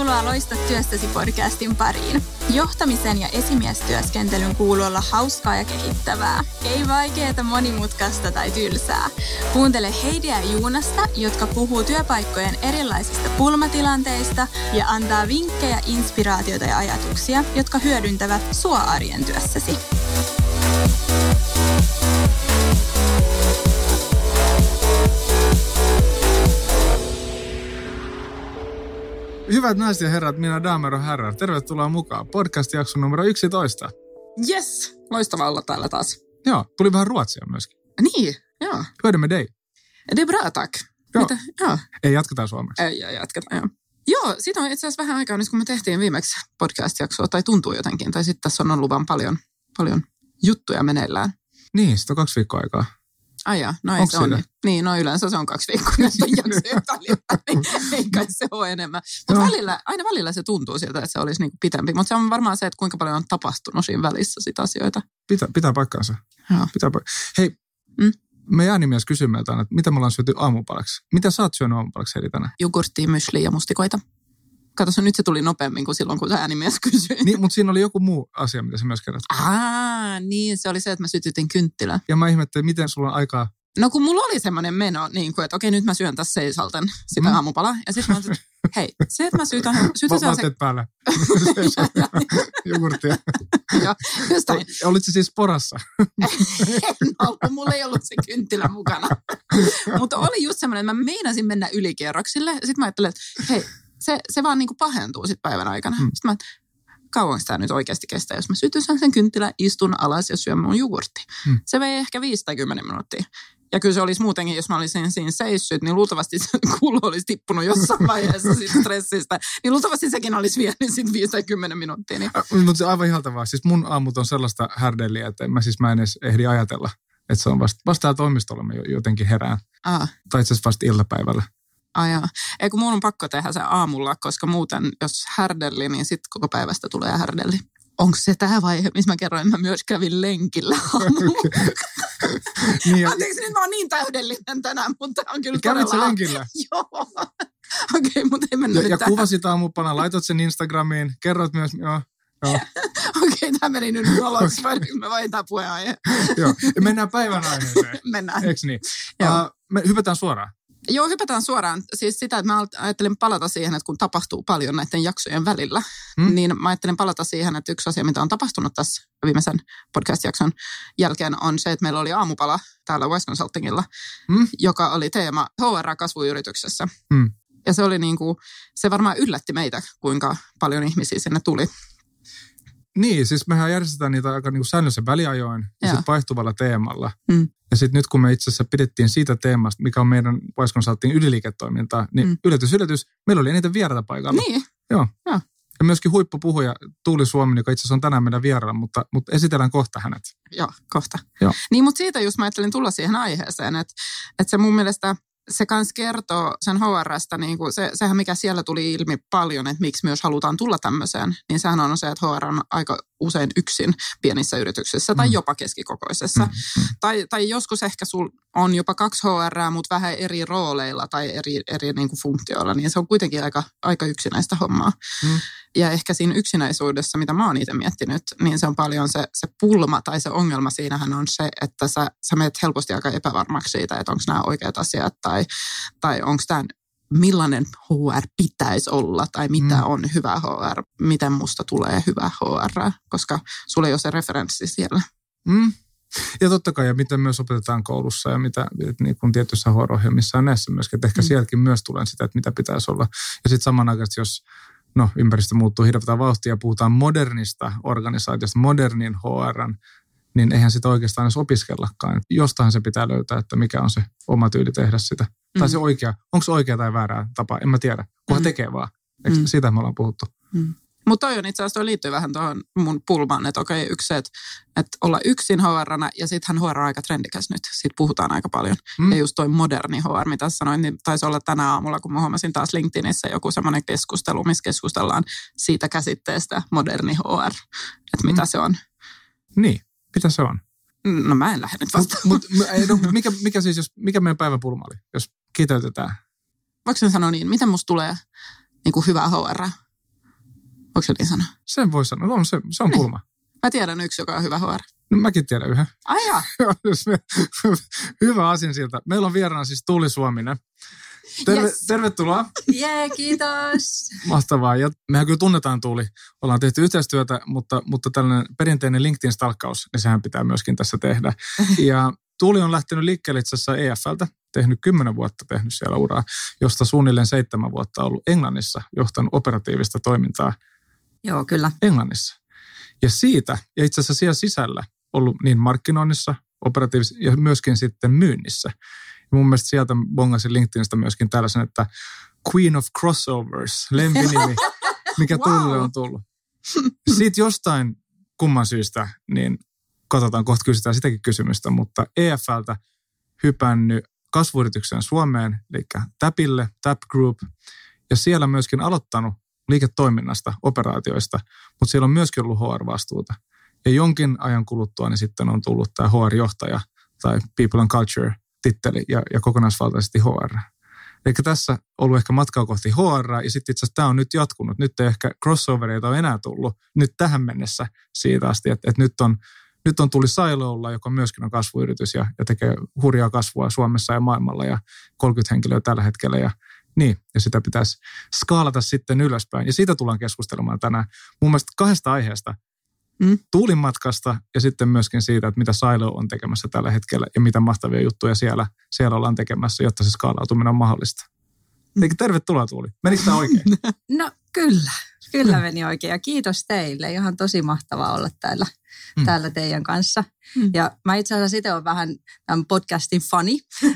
Tervetuloa Loista työstäsi podcastin pariin. Johtamisen ja esimiestyöskentelyn kuuluu olla hauskaa ja kehittävää. Ei vaikeeta, monimutkaista tai tylsää. Kuuntele Heidiä ja Juunasta, jotka puhuu työpaikkojen erilaisista pulmatilanteista ja antaa vinkkejä, inspiraatioita ja ajatuksia, jotka hyödyntävät sua arjen työssäsi. Hyvät naiset ja herrat, minä damer och herrar. Tervetuloa mukaan. Podcast-jakso numero 11. Yes! Loistavaa olla täällä taas. Joo, tuli vähän ruotsia myöskin. Niin, joo. Hur är det med dig? Det är bra, tack. Joo. Mitä? Joo. Ei, jatketaan suomeksi. Ei, jatketaan, joo. Joo, siitä on itse asiassa vähän aikaa nyt, kun me tehtiin viimeksi podcast-jaksoa, tai tuntuu jotenkin, tai sitten tässä on ollut vaan paljon juttuja meneillään. Niin, sitten on 2 viikkoa aikaa. Ai jaa, no ei Onks se ole sitä? niin. Niin, no yleensä se on 2 viikkoa näistä jaksoja välillä, niin ei kai se ole enemmän. Mutta aina välillä se tuntuu siltä, että se olisi niinku pitempi, mutta se on varmaan se, että kuinka paljon on tapahtunut siinä välissä sitä asioita. Pitää paikkaansa. Joo. Hei, me äänimies kysyy meiltä, että mitä me ollaan syöty aamupalaksi. Mitä sä oot syönyt aamupalaksi heti tänään? Jogurttia, mysliä ja mustikoita. Kato, nyt se tuli nopeammin kuin silloin, kun se äänimies kysyi. Niin, mutta siinä oli joku muu asia, mitä sä myös kerrot. Niin, se oli se, että mä sytytin kynttilän. Ja mä ihmettelin, miten sulla on aikaa. No kun mulla oli semmoinen meno, niin kuin, että okei, nyt mä syön tässä seisalten sitä aamupalaa. Ja sitten mä ajattelin, että hei, se, että mä sytytän Vaatteet päällä. Jogurttia. Joo, just näin. Olit se siis porassa? En ollut, mulla ei ollut se kynttilä mukana. Mutta oli just semmoinen, että mä meinasin mennä ylikierroksille. Sitten mä ajattelin, että hei, se vaan niin kuin pahentuu sitten päivän aikana. Sitten mä kauanko tämä nyt oikeasti kestää, jos mä sytysän sen kynttilän, istun alas ja syön mun jogurtti. Se vei ehkä 5 tai 10 minuuttia. Ja kyllä se olisi muutenkin, jos mä olisin siinä seissyt, niin luultavasti se kuulo olisi tippunut jossain vaiheessa siitä stressistä. Niin luultavasti sekin olisi vienyt sitten 5 tai 10 minuuttia. Niin. Mutta se on aivan ihaltavaa. Siis mun aamut on sellaista härdelliä, että mä en edes ehdi ajatella. Että se on vasta toimistolla mä jotenkin herään. Tai itse asiassa vasta iltapäivällä. Jaa. Ei kun mun on pakko tehdä se aamulla, koska muuten jos härdelli, niin sitten koko päivästä tulee härdelli. Onko se tämä vaihe, missä mä kerroin, että mä myös kävin lenkillä aamulla? Niin Anteeksi, nyt mä oon niin täydellinen tänään, mutta on kyllä kävit todella... sä lenkillä? Joo. Okei, mutta ei mennä nyt ja tähän. kuvasit aamupana, laitot sen Instagramiin, kerrot myös, joo. Okei, tämä meni nyt noloksi, me vaihdetaan puheenaihe. Joo, ja mennään päivän aiheeseen. Mennään. Eiks niin? Me hypätään suoraan. Joo, hypätään suoraan. Siis sitä, että mä ajattelin palata siihen, että kun tapahtuu paljon näiden jaksojen välillä, niin mä ajattelin palata siihen, että yksi asia, mitä on tapahtunut tässä viimeisen podcast-jakson jälkeen, on se, että meillä oli aamupala täällä Wise Consultingilla, joka oli teema HR-kasvuyrityksessä. Ja se oli niin kuin, se varmaan yllätti meitä, kuinka paljon ihmisiä sinne tuli. Niin, siis mehän järjestetään niitä aika niin kuin säännöllisen väliajoin ja sitten vaihtuvalla teemalla. Ja sitten nyt kun me itse asiassa pidettiin siitä teemasta, mikä on meidän Wise Consulting ydinliiketoimintaa, niin yllätys, meillä oli eniten vieraita paikalla. Niin. Joo. Ja myöskin huippupuhuja Tuuli Suominen, joka itse asiassa on tänään meidän vieraalla, mutta esitellään kohta hänet. Joo, kohta. Joo. Niin, mutta siitä just mä ajattelin tulla siihen aiheeseen, että se mun mielestä se kans kertoo sen HR:stä, niin kuin sehän mikä siellä tuli ilmi paljon, että miksi myös halutaan tulla tämmöiseen, niin sehän on se, että HR on aika usein yksin pienissä yrityksissä tai jopa keskikokoisessa. Tai joskus ehkä sul on jopa 2 HR:ää, mutta vähän eri rooleilla tai eri niin kuin funktioilla, niin se on kuitenkin aika yksinäistä hommaa. Ja ehkä siinä yksinäisyydessä, mitä mä oon itse miettinyt, niin se on paljon se pulma tai se ongelma siinähän on se, että sä menet helposti aika epävarmaksi siitä, että onko nämä oikeat asiat tai onko tämä millainen HR pitäisi olla tai mitä on hyvä HR, miten musta tulee hyvä HR, koska sulla ei ole se referenssi siellä. Ja totta kai, ja miten myös opetetaan koulussa ja mitä niin kun tietyissä HR-ohjelmissa on näissä myöskin, että ehkä sielläkin myös tulee sitä, että mitä pitäisi olla. Ja sitten samanaikaisesti, jos ympäristö muuttuu hirveätä vauhtia ja puhutaan modernista organisaatiosta, modernin HR:n, niin eihän sitä oikeastaan edes opiskellakaan. Jostahan se pitää löytää, että mikä on se oma tyyli tehdä sitä. Tai se oikea, onko se oikea tai väärää tapa, en mä tiedä. Kunhan tekee vaan. Siitä me ollaan puhuttu. Mutta toi on itse asiassa, toi liittyy vähän tuohon mun pulmaan, että okei, yksi se, että olla yksin HR:nä ja sittenhän HR on aika trendikäs nyt. Siitä puhutaan aika paljon. Ja just toi moderni HR, mitä sanoin, niin taisi olla tänä aamulla, kun mä huomasin taas LinkedInissä joku semmoinen keskustelu, missä keskustellaan siitä käsitteestä moderni HR, että mitä se on. Niin, mitä se on? No mä en lähde nyt vastaan. Mikä meidän päivän pulma oli, jos kiteytetään? Voinko sen sanoa niin, miten musta tulee niin kuin hyvää HR? Onko se niin sanoa? Sen voi sanoa. Se on kulma. Mä tiedän yksi, joka on hyvä HR. No, mäkin tiedän yhden. Ai jaa. Hyvä asinsilta. Meillä on vieraana siis Tuuli Suominen. Tervetuloa. Kiitos. Mahtavaa. Ja mehän kyllä tunnetaan Tuuli. Ollaan tehty yhteistyötä, mutta tällainen perinteinen LinkedIn-stalkkaus, niin sehän pitää myöskin tässä tehdä. Ja Tuuli on lähtenyt liikkeelle itse asiassa EFLtä. Tehnyt 10 vuotta tehnyt siellä uraa, josta suunnilleen 7 vuotta ollut Englannissa, johtanut operatiivista toimintaa. Joo, kyllä. Englannissa. Ja siitä, ja itse asiassa siellä sisällä, ollut niin markkinoinnissa, operatiivisessa ja myöskin sitten myynnissä. Ja mun mielestä sieltä bongasin LinkedInistä myöskin tällaisen, että Queen of Crossovers, lempinimi, mikä Tuulille on tullut. Siitä jostain kumman syystä, niin katsotaan, kohta kysytään sitäkin kysymystä, mutta EFLtä hypännyt kasvuyrityksen Suomeen, eli TAPille, TAP Group, ja siellä myöskin aloittanut liiketoiminnasta, operaatioista, mutta siellä on myöskin ollut HR-vastuuta. Ja jonkin ajan kuluttua niin sitten on tullut tämä HR-johtaja tai People and Culture-titteli ja kokonaisvaltaisesti HR. Eli tässä on ollut ehkä matkaa kohti HR, ja sitten itse asiassa tämä on nyt jatkunut. Nyt ei ehkä crossovereita ole enää tullut nyt tähän mennessä siitä asti, että nyt on tuli Silolla, joka myöskin on kasvuyritys ja tekee hurjaa kasvua Suomessa ja maailmalla ja 30 henkilöä tällä hetkellä ja sitä pitäisi skaalata sitten ylöspäin. Ja siitä tullaan keskustelemaan tänään mun mielestä 2 aiheesta. Tuulin matkasta ja sitten myöskin siitä, että mitä Silo on tekemässä tällä hetkellä ja mitä mahtavia juttuja siellä ollaan tekemässä, jotta se skaalautuminen on mahdollista. Eli tervetuloa Tuuli. Menikö tämä oikein? No kyllä meni oikein ja kiitos teille. Ihan tosi mahtavaa olla täällä teidän kanssa. Ja mä itse asiassa itse olen vähän tämän podcastin fani.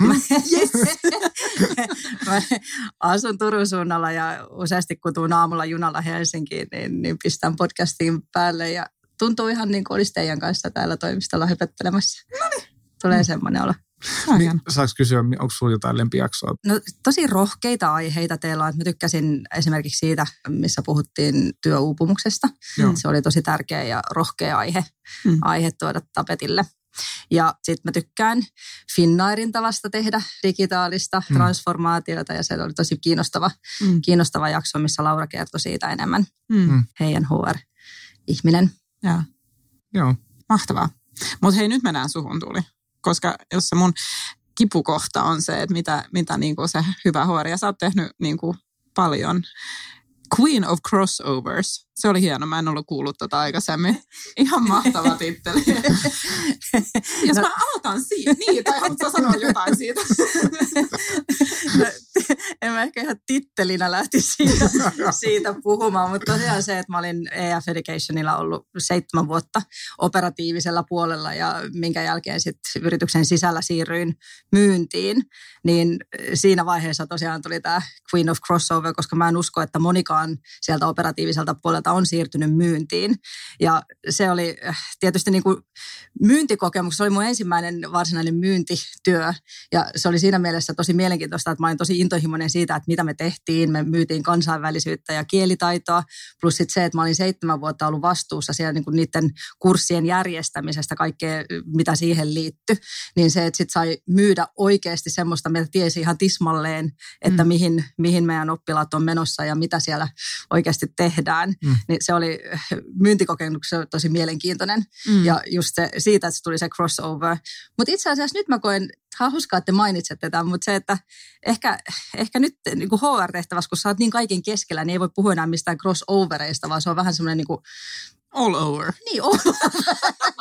Mä asun Turun suunnalla ja useasti kun tuun aamulla junalla Helsinkiin, niin pistän podcastin päälle ja tuntuu ihan niin kuin olisi teidän kanssa täällä toimistolla höpöttelemässä. Tulee semmoinen olo. Saanko kysyä, onko sinulla jotain lempijaksoa? No tosi rohkeita aiheita teillä on. Mä tykkäsin esimerkiksi siitä, missä puhuttiin työuupumuksesta. Se oli tosi tärkeä ja rohkea aihe tuoda tapetille. Ja sitten mä tykkään Finnairin tavasta tehdä digitaalista transformaatiota ja se oli tosi kiinnostava jakso, missä Laura kertoi siitä enemmän. Heidän HR-ihminen. Joo. Mahtavaa. Mutta hei, nyt mennään suhun Tuuli. Koska jos se mun kipukohta on se, että mitä niinku se hyvä HR, ja sä oot tehnyt niinku paljon. Queen of Crossovers. Se oli hieno, mä en ollut kuullut tota aikaisemmin. Ihan mahtava titteli. Jos mä aloitan siitä, niin, tai haluatko sanoa jotain siitä? No, en mä ehkä ihan tittelinä lähti siitä puhumaan, mutta tosiaan se, että mä olin EF Educationilla ollut 7 vuotta operatiivisella puolella ja minkä jälkeen sitten yrityksen sisällä siirryin myyntiin, niin siinä vaiheessa tosiaan tuli tämä Queen of Crossover, koska mä en usko, että monikaan sieltä operatiiviselta puolelta on siirtynyt myyntiin. Ja se oli tietysti niin kuin myyntikokemus, se oli mun ensimmäinen varsinainen myyntityö ja se oli siinä mielessä tosi mielenkiintoista, että mä olin tosi intohimoinen siitä, että mitä me tehtiin. Me myytiin kansainvälisyyttä ja kielitaitoa, plus sitten se, että mä olin 7 vuotta ollut vastuussa siellä niin kuin niiden kurssien järjestämisestä, kaikkea mitä siihen liittyi. Niin se, että sitten sai myydä oikeasti semmoista, mitä tiesi ihan tismalleen, että mihin meidän oppilaat on menossa ja mitä siellä oikeasti tehdään. Niin se oli myyntikokemuksessa tosi mielenkiintoinen. Ja just se, siitä, että se tuli se crossover. Mutta itse asiassa nyt mä koen, hauskaa, että te mainitsette tämän, mutta se, että ehkä nyt niin kuin HR-tehtävässä, kun sä oot niin kaiken keskellä, niin ei voi puhua enää mistään crossovereista, vaan se on vähän semmoinen niin kuin all over. Niin, all over.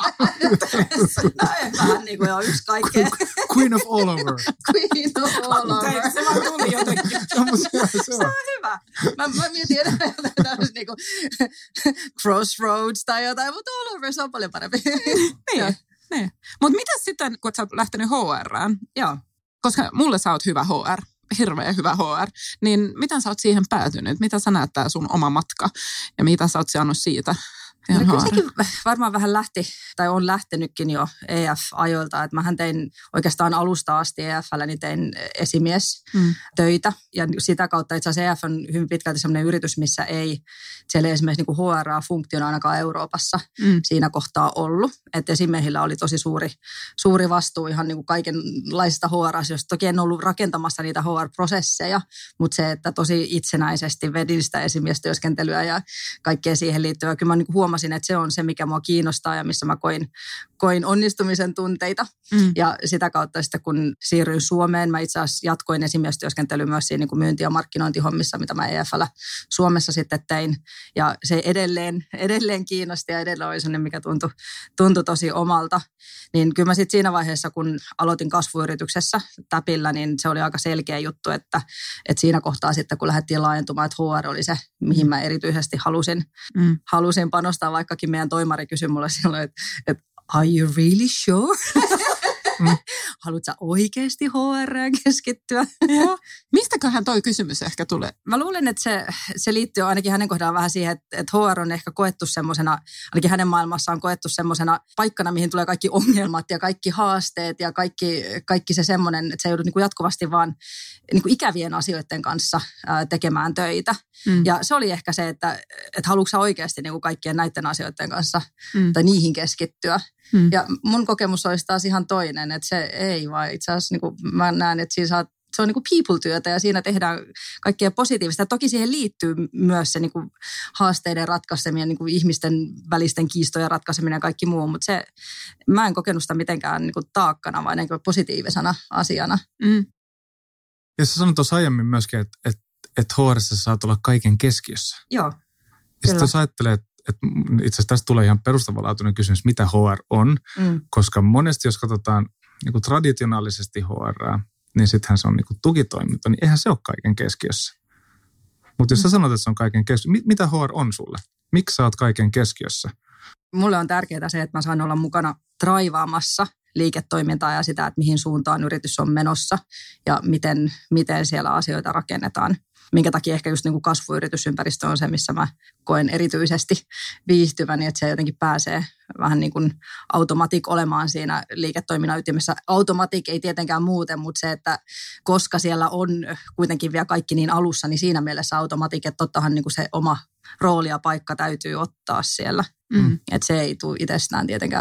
Vähän niin kuin yksi kaikkea. Queen of all over. Queen of all over. Se vaan tuli jotenkin. Se on hyvä. Mä mietin enää tämmöistä niin kuin crossroads tai jotain, mutta all over se on paljon parempi. Niin. Mutta mitä sitten, kun sä oot lähtenyt HR:ään? Joo. Koska mulle sä oot hyvä HR, hirveän hyvä HR, niin miten sä oot siihen päätynyt? Mitä sä näet tää sun oma matka ja mitä sä oot saanut siitä Kyllä sekin varmaan vähän lähti, tai on lähtenytkin jo EF-ajoilta, että mähän tein oikeastaan alusta asti EF:llä, niin tein esimiestöitä, ja sitä kautta itse asiassa EF on hyvin pitkälti sellainen yritys, missä ei siellä esimerkiksi niin kuin HR-funktiona ainakaan Euroopassa siinä kohtaa ollut, että esimiehillä oli tosi suuri vastuu ihan niin kuin kaikenlaisista HR-asioista. Toki en ollut rakentamassa niitä HR-prosesseja, mutta se, että tosi itsenäisesti vedin sitä esimiestyöskentelyä ja kaikkea siihen liittyvää. Kyllä mä niin kuin huomasin, että se on se, mikä mua kiinnostaa ja missä mä koin onnistumisen tunteita. Ja sitä kautta sitten, kun siirryin Suomeen, mä itse asiassa jatkoin esimiestyöskentelyä myös siinä niin kuin myynti- ja markkinointihommissa, mitä mä EF:llä Suomessa sitten tein. Ja se edelleen kiinnosti ja edelleen oli sellainen, mikä tuntui tosi omalta. Niin kyllä mä sitten siinä vaiheessa, kun aloitin kasvuyrityksessä Täpillä, niin se oli aika selkeä juttu, että siinä kohtaa sitten, kun lähdettiin laajentumaan, että HR oli se, mihin mä erityisesti halusin panostaa, vaikkakin meidän toimari kysyi mulle silloin, että are you really sure? Haluatko oikeasti HR:ään keskittyä? Joo. Mistäköhän toi kysymys ehkä tulee? Mä luulen, että se liittyy ainakin hänen kohdallaan vähän siihen, että HR on ehkä koettu semmoisena, ainakin hänen maailmassaan koettu semmoisena paikkana, mihin tulee kaikki ongelmat ja kaikki haasteet ja kaikki se semmoinen, että se joudut niin kuin jatkuvasti vaan niin kuin ikävien asioiden kanssa tekemään töitä. Ja se oli ehkä se, että haluatko sä oikeasti niin kuin kaikkien näiden asioiden kanssa tai niihin keskittyä. Ja mun kokemus olisi taas ihan toinen, että se ei vaan itse asiassa niin kuin mä näen, että siinä se on niin kuin people-työtä ja siinä tehdään kaikkea positiivista. Ja toki siihen liittyy myös se niin kuin haasteiden ratkaiseminen, niin kuin ihmisten välisten kiistojen ratkaiseminen ja kaikki muu, mutta mä en kokenut sitä mitenkään niin kuin taakkana, vaan niin kuin positiivisena asiana. Ja sä sanoit tuossa aiemmin myöskin, että HR:ssä saat olla kaiken keskiössä. Joo, ja sitten jos ajattelee, että itse asiassa tästä tulee ihan perustavanlaatuinen kysymys, mitä HR on, koska monesti jos katsotaan niin kuin traditionaalisesti HR, niin sittenhän se on niin kuin tukitoiminta, niin eihän se ole kaiken keskiössä. Mutta jos sä sanot, että se on kaiken keskiössä, mitä HR on sulle? Miksi sä oot kaiken keskiössä? Mulle on tärkeää se, että mä saan olla mukana draivaamassa liiketoimintaa ja sitä, että mihin suuntaan yritys on menossa ja miten siellä asioita rakennetaan. Minkä takia ehkä just niin kuin kasvuyritysympäristö on se, missä mä koen erityisesti viihtyväni, että se jotenkin pääsee vähän niin kuin automatic olemaan siinä liiketoiminnan ytimessä. Automatic ei tietenkään muuten, mutta se, että koska siellä on kuitenkin vielä kaikki niin alussa, niin siinä mielessä automatic, että tottahan niin kuin se oma rooli ja paikka täytyy ottaa siellä. Että se ei tule itsestään tietenkään.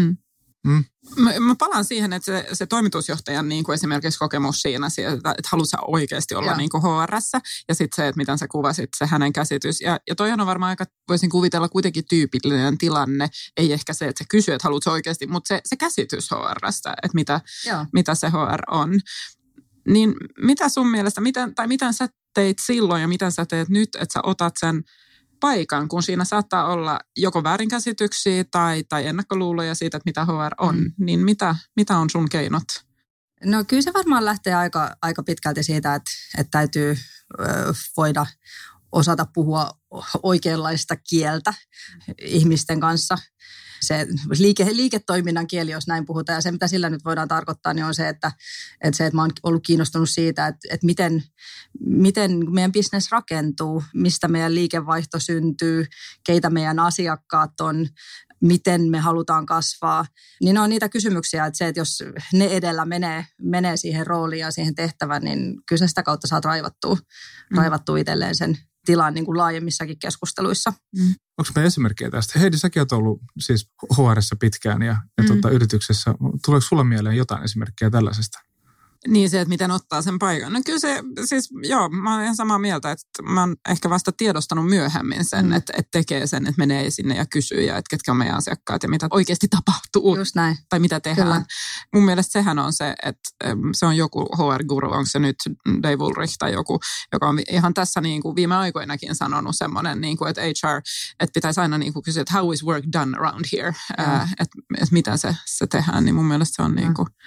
Mä palaan siihen, että se toimitusjohtajan niin kuin esimerkiksi kokemus siinä, että haluatko oikeasti olla niin kuin HR:ssä ja sitten se, että miten sä kuvasit, se hänen käsitys. Ja toi on varmaan aika, voisin kuvitella kuitenkin tyypillinen tilanne, ei ehkä se, että se kysyy, että haluatko oikeasti, mutta se käsitys HR:stä, että mitä se HR on. Niin mitä sun mielestä, miten sä teit silloin ja miten sä teet nyt, että sä otat sen paikan, kun siinä saattaa olla joko väärinkäsityksiä tai ennakkoluuloja siitä, että mitä HR on, niin mitä on sun keinot? No kyllä se varmaan lähtee aika pitkälti siitä, että täytyy voida osata puhua oikeanlaista kieltä ihmisten kanssa. Se liiketoiminnan kieli, jos näin puhutaan, ja se mitä sillä nyt voidaan tarkoittaa, niin on se, että mä oon ollut kiinnostunut siitä, että miten meidän business rakentuu, mistä meidän liikevaihto syntyy, keitä meidän asiakkaat on, miten me halutaan kasvaa. Niin ne on niitä kysymyksiä, että se, että jos ne edellä menee siihen rooliin ja siihen tehtävään, niin kyllä se sitä kautta saat raivattua itselleen sen tilan niin kuin laajemmissakin keskusteluissa. Onko meidän esimerkkejä tästä? Heidi, säkin olet ollut siis HR:ssä pitkään ja yrityksessä. Tuleeko sulla mieleen jotain esimerkkejä tällaisesta? Niin se, että miten ottaa sen paikan. No kyllä se, siis joo, mä olen ihan samaa mieltä, että mä oon ehkä vasta tiedostanut myöhemmin sen, että tekee sen, että menee sinne ja kysyy ja että ketkä on meidän asiakkaat ja mitä oikeasti tapahtuu. Just näin. Tai mitä tehdään. Kyllä. Mun mielestä sehän on se, että se on joku HR-guru, onko se nyt Dave Ulrich tai joku, joka on ihan tässä niin kuin viime aikoinakin sanonut semmoinen, niin kuin, että HR, että pitäisi aina niin kuin kysyä, että how is work done around here, että miten se tehdään, niin mun mielestä se on niin kuin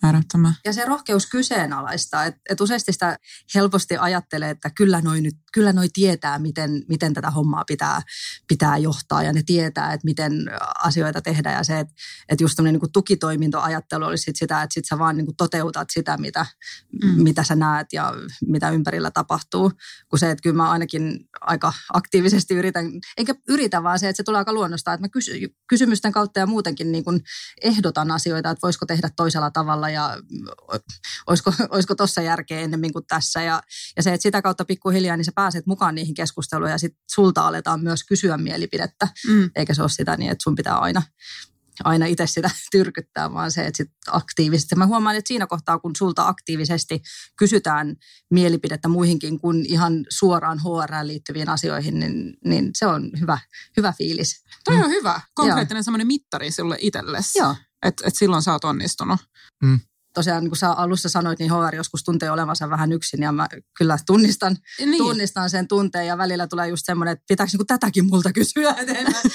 Äärettömän. Ja se rohkeus kyseenalaistaa, että useasti sitä helposti ajattelee, että kyllä noi tietää, miten tätä hommaa pitää johtaa ja ne tietää, että miten asioita tehdään ja se, että just tämmöinen niin tukitoimintoajattelu olisi sitä, että sit sä vaan niin toteutat sitä, mitä sä näet ja mitä ympärillä tapahtuu, kun se, että kyllä mä ainakin aika aktiivisesti yritä vaan se, että se tulee aika luonnostaan, että mä kysymysten kautta ja muutenkin niin kuin ehdotan asioita, että voisiko tehdä toisella tavalla ja olisiko tuossa järkeä ennemmin kuin tässä. Ja se, että sitä kautta pikkuhiljaa niin sä pääset mukaan niihin keskusteluihin ja sitten sulta aletaan myös kysyä mielipidettä. Eikä se ole sitä niin, että sun pitää aina itse sitä tyrkyttää, vaan se, että sit aktiivisesti. Mä huomaan, että siinä kohtaa, kun sulta aktiivisesti kysytään mielipidettä muihinkin kuin ihan suoraan HR:ään liittyviin asioihin, niin se on hyvä fiilis. Toi on hyvä. Konkreettinen semmoinen mittari sulle itsellesi. Että silloin sä oot onnistunut. Tosiaan, niin kuin sä alussa sanoit, niin HR joskus tuntee olevansa vähän yksin ja mä kyllä tunnistan sen tunteen ja välillä tulee just semmoinen, että pitääkö niin tätäkin multa kysyä, että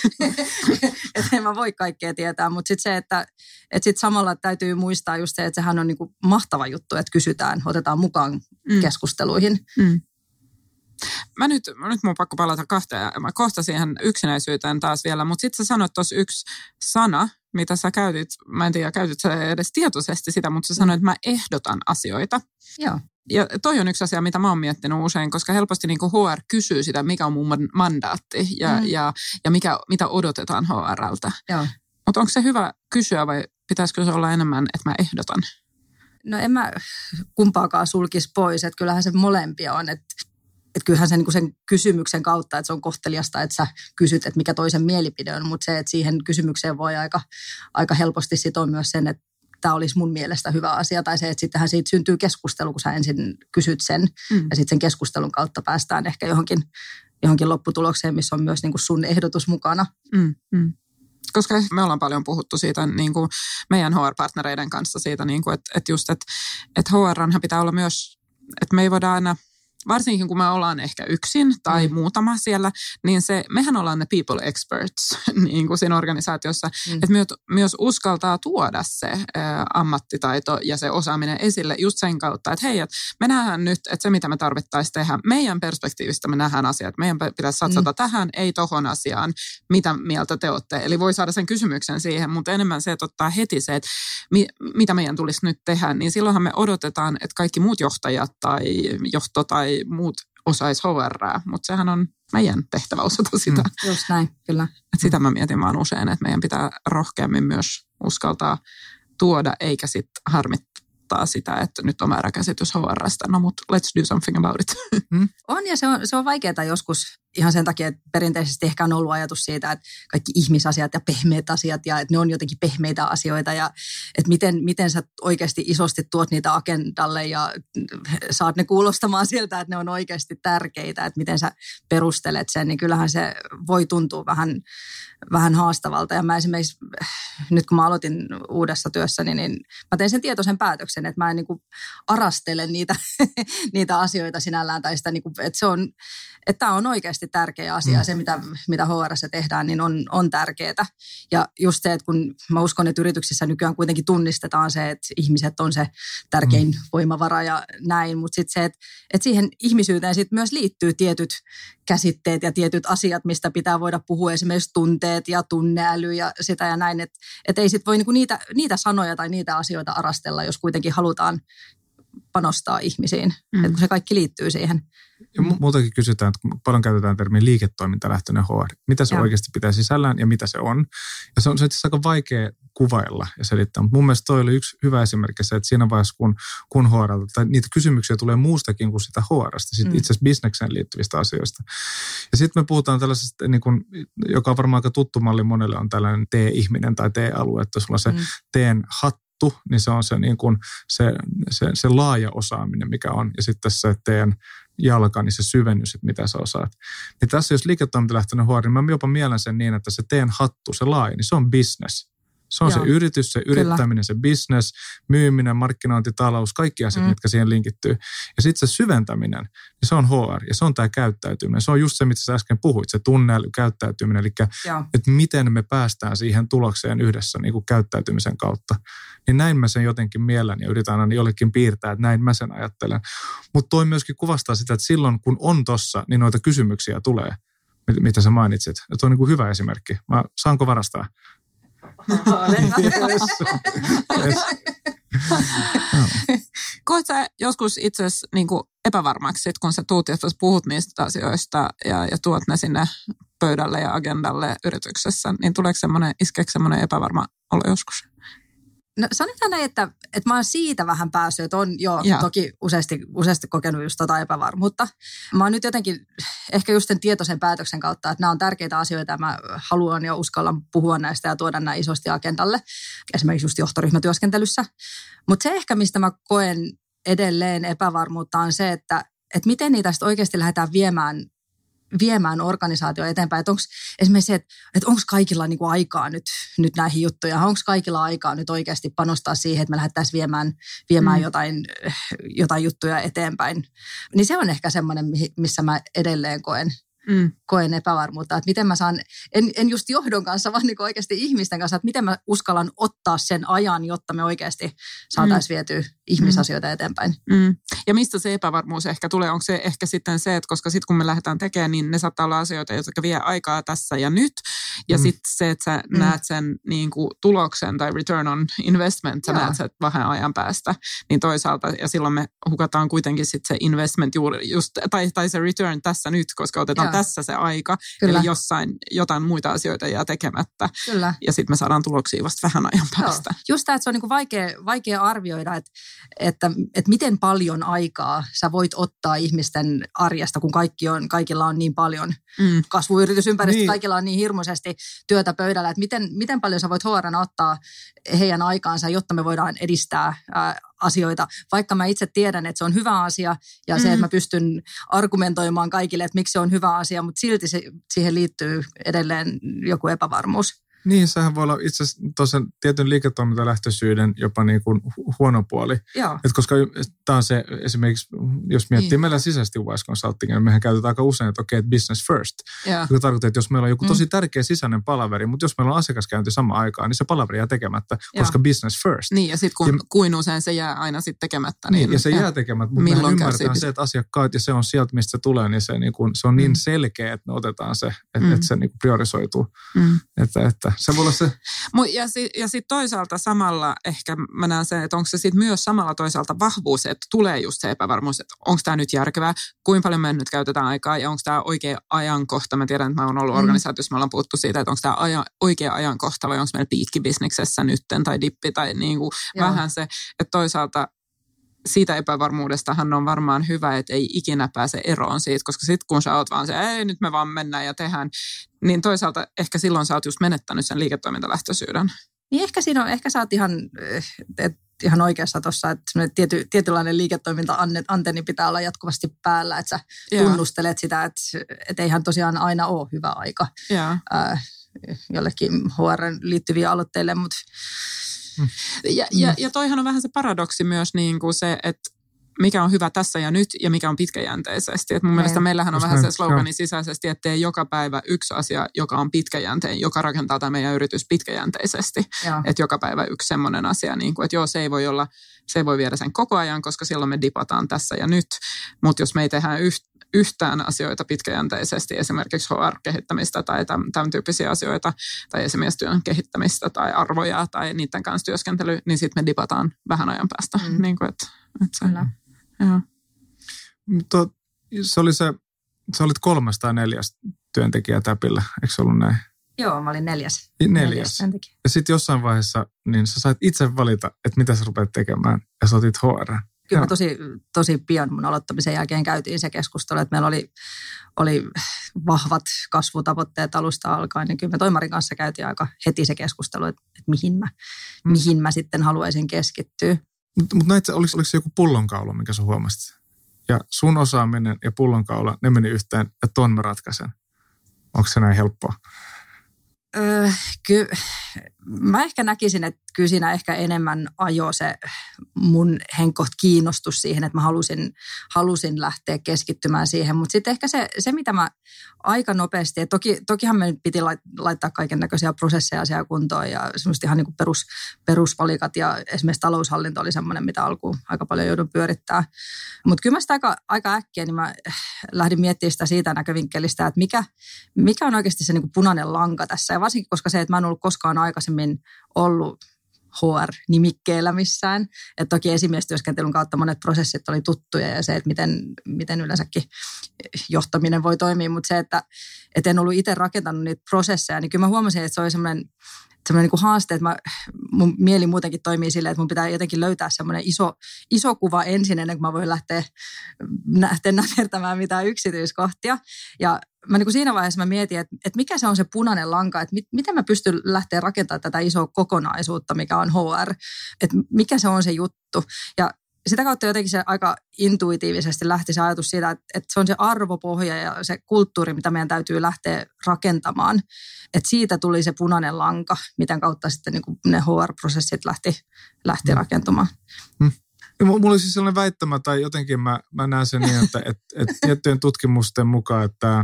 en mä voi kaikkea tietää, mutta sitten se, että sit samalla täytyy muistaa just se, että sehän on niin kuin mahtava juttu, että kysytään, otetaan mukaan keskusteluihin. Nyt mun pakko palata kohta siihen yksinäisyyteen taas vielä, mutta sitten sä sanoit tuossa yksi sana, mitä sä käytit, mä en tiedä, käytit sä edes tietoisesti sitä, mutta sä sanoit, että mä ehdotan asioita. Joo. Ja toi on yksi asia, mitä mä oon miettinyt usein, koska helposti niin kuin HR kysyy sitä, mikä on mun mandaatti ja mitä odotetaan HR:ltä. Mutta onko se hyvä kysyä vai pitäisikö se olla enemmän, että mä ehdotan? No en mä kumpaakaan sulkisi pois, että kyllähän se molempia on, että kyllähän se, niin kuin sen kysymyksen kautta, että se on kohteliasta, että sä kysyt, että mikä toisen mielipide on, mutta se, että siihen kysymykseen voi aika helposti sitoa myös sen, että tämä olisi mun mielestä hyvä asia, tai se, että sittenhän siitä syntyy keskustelu, kun sä ensin kysyt sen, ja sitten sen keskustelun kautta päästään ehkä johonkin lopputulokseen, missä on myös niin kuin sun ehdotus mukana. Koska me ollaan paljon puhuttu siitä niin kuin meidän HR-partnereiden kanssa siitä, niin kuin, että just, että HR:nhan pitää olla myös, että me ei voida aina, varsinkin kun me ollaan ehkä yksin tai muutama siellä, niin mehän ollaan ne people experts niin kuin siinä organisaatiossa, että myös uskaltaa tuoda se ammattitaito ja se osaaminen esille just sen kautta, että hei, että me nähdään nyt, että se mitä me tarvittaisiin tehdä, meidän perspektiivistä me nähdään asiat, meidän pitäisi satsata tähän, ei tohon asiaan, mitä mieltä te olette. Eli voi saada sen kysymyksen siihen, mutta enemmän se, että ottaa heti se, että mitä meidän tulisi nyt tehdä, niin silloinhan me odotetaan, että kaikki muut johtajat tai johto tai muut osaisi HR:ää, mutta sehän on meidän tehtävä osata sitä. Just näin, kyllä. Et sitä mä mietin vaan usein, että meidän pitää rohkeammin myös uskaltaa tuoda, eikä sitten harmittaa sitä, että nyt on väärä käsitys HR:stä. No mutta let's do something about it. On ja se on vaikeaa joskus ihan sen takia, että perinteisesti ehkä on ollut ajatus siitä, että kaikki ihmisasiat ja pehmeät asiat ja että ne on jotenkin pehmeitä asioita ja että miten sä oikeasti isosti tuot niitä agendalle ja saat ne kuulostamaan siltä, että ne on oikeasti tärkeitä, että miten sä perustelet sen, niin kyllähän se voi tuntua vähän haastavalta. Ja mä esimerkiksi nyt kun mä aloitin uudessa työssäni, niin mä tein sen tietoisen päätöksen, että mä en niin kuin arastele niitä asioita sinällään tai sitä, niin kuin, että tämä on oikeasti tärkeä asia. Se, mitä HR:ssä tehdään, niin on tärkeää. Ja just se, että kun mä uskon, että yrityksissä nykyään kuitenkin tunnistetaan se, että ihmiset on se tärkein voimavara ja näin. Mutta sitten se, että siihen ihmisyyteen sit myös liittyy tietyt käsitteet ja tietyt asiat, mistä pitää voida puhua. Esimerkiksi tunteet ja tunneäly ja sitä ja näin. Että ei sit voi niinku niitä sanoja tai niitä asioita arastella, jos kuitenkin halutaan panostaa ihmisiin. Että kun se kaikki liittyy siihen. Ja muutenkin kysytään, että paljon käytetään termiä liiketoimintalähtöinen HR. Mitä se oikeasti pitää sisällään ja mitä se on. Ja se on itse asiassa aika vaikea kuvailla ja selittää. Mutta mun mielestä toi oli yksi hyvä esimerkki se, että siinä vaiheessa, kun HR:lta, tai niitä kysymyksiä tulee muustakin kuin sitä HR:sta, itse asiassa bisnekseen liittyvistä asioista. Ja sitten me puhutaan tällaisesta, niin kun, joka on varmaan aika tuttu malli monelle, on tällainen T-ihminen tai T-alue, että sulla on se T:n hattu, niin se on se, niin kuin, se laaja osaaminen, mikä on. Ja sitten se T:n jalka, niin se syvennys, että mitä sä osaat. Niin tässä jos liiketoimintalähtöinen HR, niin mä jopa mielen sen niin, että se T:n hattu, se laaja, niin se on business. Se on se yritys, se yrittäminen, se business, myyminen, markkinointi, talous, kaikki asiat, mitkä siihen linkittyy. Ja sitten se syventäminen, niin se on HR ja se on tämä käyttäytyminen. Se on just se, mitä sä äsken puhuit, se tunneäly, käyttäytyminen, eli että miten me päästään siihen tulokseen yhdessä niin kuin käyttäytymisen kautta. Niin näin mä sen jotenkin miellän ja yritän aina jollekin piirtää, että näin mä sen ajattelen. Mutta toi myöskin kuvastaa sitä, että silloin kun on tossa, niin noita kysymyksiä tulee, mitä sä mainitsit. Ja toi on niin kuin hyvä esimerkki. Saanko varastaa? Koet sä joskus itse asiassa niin kuin epävarmaksi, kun sä tuut ja puhut niistä asioista ja tuot ne sinne pöydälle ja agendalle yrityksessä, niin iskeekö semmoinen epävarma olo joskus? No sanotaan näin, että mä oon siitä vähän päässyt, että on toki useasti kokenut just tota epävarmuutta. Mä oon nyt jotenkin ehkä just sen tietoisen päätöksen kautta, että nämä on tärkeitä asioita ja mä haluan ja uskallan puhua näistä ja tuoda nämä isosti agendalle. Esimerkiksi just johtoryhmätyöskentelyssä. Mutta se ehkä, mistä mä koen edelleen epävarmuutta on se, että miten niitä sitten oikeasti lähdetään viemään organisaatio eteenpäin. Että onko esimerkiksi se, että onko kaikilla niinku aikaa nyt näihin juttuja, onko kaikilla aikaa nyt oikeasti panostaa siihen, että me lähdettäisiin viemään jotain juttuja eteenpäin. Niin se on ehkä semmoinen, missä mä edelleen koen epävarmuutta, että miten mä saan, en just johdon kanssa, vaan niin oikeasti ihmisten kanssa, että miten mä uskallan ottaa sen ajan, jotta me oikeasti saataisiin vietyä ihmisasioita eteenpäin. Ja mistä se epävarmuus ehkä tulee? Onko se ehkä sitten se, että koska sitten kun me lähdetään tekemään, niin ne saattaa olla asioita, jotka vie aikaa tässä ja nyt. Ja sitten se, että sä näet sen niin kuin tuloksen tai return on investment, sä näet sen vähän ajan päästä. Niin toisaalta, ja silloin me hukataan kuitenkin sitten se investment juuri just, tai se return tässä nyt, koska otetaan tässä se aika. Kyllä. Eli jotain muita asioita jää tekemättä. Kyllä. Ja sitten me saadaan tuloksia vasta vähän ajan päästä. Just tämä, että se on niinku vaikea arvioida, että miten paljon aikaa sä voit ottaa ihmisten arjesta, kun kaikilla on niin paljon kasvuyritysympäristö, kaikilla on niin hirmuisesti työtä pöydällä, että miten paljon sä voit HR:na ottaa heidän aikaansa, jotta me voidaan edistää asioita. Vaikka mä itse tiedän, että se on hyvä asia ja se, että mä pystyn argumentoimaan kaikille, että miksi se on hyvä asia, mutta silti siihen liittyy edelleen joku epävarmuus. Niin, sehän voi olla itse asiassa tosiaan tietyn liiketoimintalähtöisyyden jopa niin kuin huono puoli. Et koska tämä on se esimerkiksi, jos miettii meillä sisäisesti Wise Consultingin, mehän käytetään aika usein, että okei, business first. Joka tarkoittaa, että jos meillä on joku tosi tärkeä sisäinen palaveri, mutta jos meillä on asiakaskäynti samaan aikaan, niin se palaveri jää tekemättä, koska business first. Niin, ja sitten kuin usein se jää aina sitten tekemättä. Niin, ja se jää tekemättä, mutta mehän ymmärretään se, että asiakkaat, ja se on sieltä, mistä se tulee, niin se on niin selkeä, että me otetaan se, että se niin kuin priorisoituu. Että se voi olla se. Ja sitten toisaalta samalla ehkä mä näen sen, että onko se sitten myös samalla toisaalta vahvuus, että tulee just se epävarmuus, että onko tämä nyt järkevää, kuinka paljon me nyt käytetään aikaa ja onko tämä oikea ajankohta. Mä tiedän, että mä oon ollut organisaatiossa, me ollaan puhuttu siitä, että onko tämä oikea ajankohta vai onko meillä piikkibisneksessä nytten tai dippi tai niinku vähän se, että toisaalta siitä epävarmuudestahan on varmaan hyvä, että ei ikinä pääse eroon siitä, koska sitten kun sä oot vaan se, ei nyt me vaan mennään ja tehdään, niin toisaalta ehkä silloin sä oot just menettänyt sen liiketoimintalähtöisyyden. Niin ehkä sä oot ihan oikeassa tuossa, että tietynlainen liiketoiminta-antenni pitää olla jatkuvasti päällä, että sä tunnustelet sitä, että eihän tosiaan aina ole hyvä aika jollekin HR:n liittyviä aloitteille, mutta Ja toihan on vähän se paradoksi myös niin kuin se, että mikä on hyvä tässä ja nyt ja mikä on pitkäjänteisesti. Et mun mielestä meillähän on vähän se slogani sisäisesti, että tee joka päivä yksi asia, joka on pitkäjänteinen, joka rakentaa tämä meidän yritys pitkäjänteisesti. Että joka päivä yksi semmoinen asia, niin kuin, että joo, se ei voi viedä sen koko ajan, koska silloin me dipataan tässä ja nyt. Mutta jos me ei tehdä yhtään asioita pitkäjänteisesti, esimerkiksi HR-kehittämistä tai tämän tyyppisiä asioita, tai esimiestyön kehittämistä tai arvoja tai niiden kanssa työskentelyä, niin sitten me dipataan vähän ajan päästä. Niin kuin, sä olit 3 tai 4 työntekijää täpillä, eikö se ollut näin? Joo, mä olin 4. Ja sitten jossain vaiheessa niin sä sait itse valita, että mitä sä rupeat tekemään, ja sä otit HR. Kyllä mä tosi pian mun aloittamisen jälkeen käytiin se keskustelu, että meillä oli vahvat kasvutavoitteet alusta alkaen. Ja kyllä me Toimarin kanssa käytiin aika heti se keskustelu, että mihin mä sitten haluaisin keskittyä. Mutta oliko se joku pullonkaula, mikä sä huomasit? Ja sun osaaminen ja pullonkaula, ne meni yhteen, ja ton mä ratkaisen. Onko se näin helppoa? Kyllä mä ehkä näkisin, että kyllä siinä ehkä enemmän ajoi se mun henkkoht kiinnostus siihen, että mä halusin lähteä keskittymään siihen. Mutta sitten ehkä se, mitä mä aika nopeasti, että tokihan me piti laittaa kaiken näköisiä prosesseja siellä kuntoon ja semmoista ihan niin kuin perusvalikat ja esimerkiksi taloushallinto oli semmoinen, mitä alkuun aika paljon joudun pyörittää. Mutta kyllä mä sitä aika äkkiä, niin mä lähdin miettimään sitä siitä näkövinkkelistä, että mikä on oikeasti se niin kuin punainen lanka tässä. Ja varsinkin, koska se, että mä en ollut koskaan aikaisemmin ollut HR-nimikkeellä missään. Että toki esimiestyöskentelyn kautta monet prosessit oli tuttuja ja se, että miten yleensäkin johtaminen voi toimia. Mutta se, että en ollut itse rakentanut niitä prosesseja, niin kyllä mä huomasin, että se oli semmoinen niin kuin haaste, että mun mieli muutenkin toimii silleen, että mun pitää jotenkin löytää semmoinen iso kuva ensin, ennen kuin mä voin lähteä näpertämään mitään yksityiskohtia. Ja mä niin kuin siinä vaiheessa mä mietin, että mikä se on se punainen lanka, että miten mä pystyn lähteä rakentamaan tätä isoa kokonaisuutta, mikä on HR, että mikä se on se juttu. Ja sitä kautta jotenkin se aika intuitiivisesti lähti se ajatus siitä, että se on se arvopohja ja se kulttuuri, mitä meidän täytyy lähteä rakentamaan. Että siitä tuli se punainen lanka, miten kautta sitten niin kuin ne HR-prosessit lähti rakentumaan. Mulla oli siis sellainen väittämä, tai jotenkin mä näen sen niin, että tiettyjen tutkimusten mukaan, että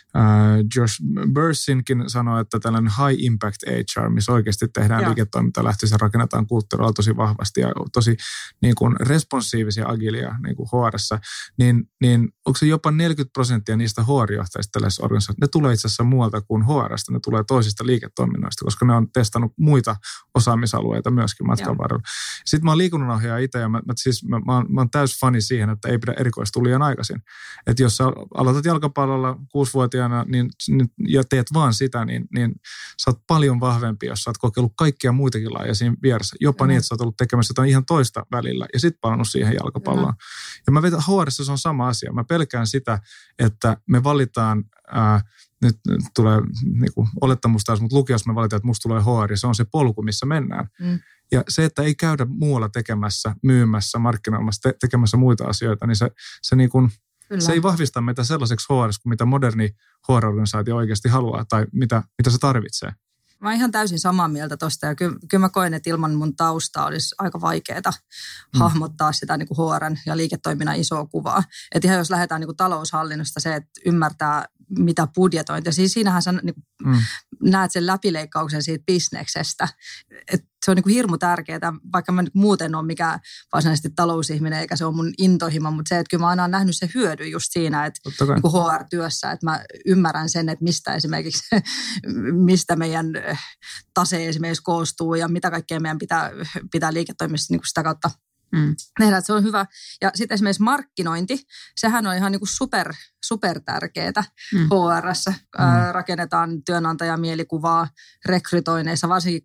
Josh Bersinkin sanoi, että tällainen high impact HR, missä oikeasti tehdään liiketoiminta lähtöissä, rakennetaan kulttuuria tosi vahvasti ja tosi niin kuin responsiivisia, agilia niin kuin HR:ssä, niin onko se jopa 40% niistä HR-johtajista tällaisessa organisaatiossa, ne tulee itse asiassa muualta kuin HR:stä, ne tulee toisista liiketoiminnoista, koska ne on testannut muita osaamisalueita myöskin matkan varrella. Sitten mä oon liikunnanohjaaja itse ja mä oon täys fani siihen, että ei pidä erikoistua liian aikaisin. Että jos sä aloitat jalkapallolla 6-vuotiaana ja teet vaan sitä, niin sä oot paljon vahvempi, jos sä oot kokeillut kaikkia muitakin lajeja siinä vieressä. Jopa niin, että sä oot ollut tekemässä jotain ihan toista välillä ja sit palannut siihen jalkapalloon. Ja mä vetän, HR:ssä se on sama asia. Mä pelkään sitä, että me valitaan, nyt tulee niinku olettamus taas, mutta lukiossa me valitaan, että musta tulee HR ja se on se polku, missä mennään. Ja se, että ei käydä muualla tekemässä, myymässä, markkinoimassa, tekemässä muita asioita, niin se, niin kuin, se ei vahvista meitä sellaiseksi HR, kuin mitä moderni HR-organisaatio oikeasti haluaa tai mitä se tarvitsee. Mä oon ihan täysin samaa mieltä tosta ja kyllä mä koen, että ilman mun taustaa olisi aika vaikeaa hahmottaa sitä niin kuin HR:n ja liiketoiminnan isoa kuvaa. Että ihan jos lähdetään niin kuin taloushallinnosta se, että ymmärtää mitä budjetointi. Ja siis siinähän sä niin näet sen läpileikkauksen siitä bisneksestä. Et se on niin kuin hirmu tärkeää, vaikka mä nyt muuten ole mikään varsinaisesti talousihminen eikä se ole mun intohimo, mutta se, että kyllä mä aina olen nähnyt se hyödy just siinä, että niin kuin HR-työssä, että mä ymmärrän sen, että mistä esimerkiksi, mistä meidän tase esimerkiksi koostuu ja mitä kaikkea meidän pitää liiketoimissa niin kuin sitä kautta tehdä, että se on hyvä. Ja sitten esimerkiksi markkinointi, sehän on ihan niin kuin super tärkeää HR:ssä. Rakennetaan työnantajan mielikuvaa rekrytoinneissa, varsinkin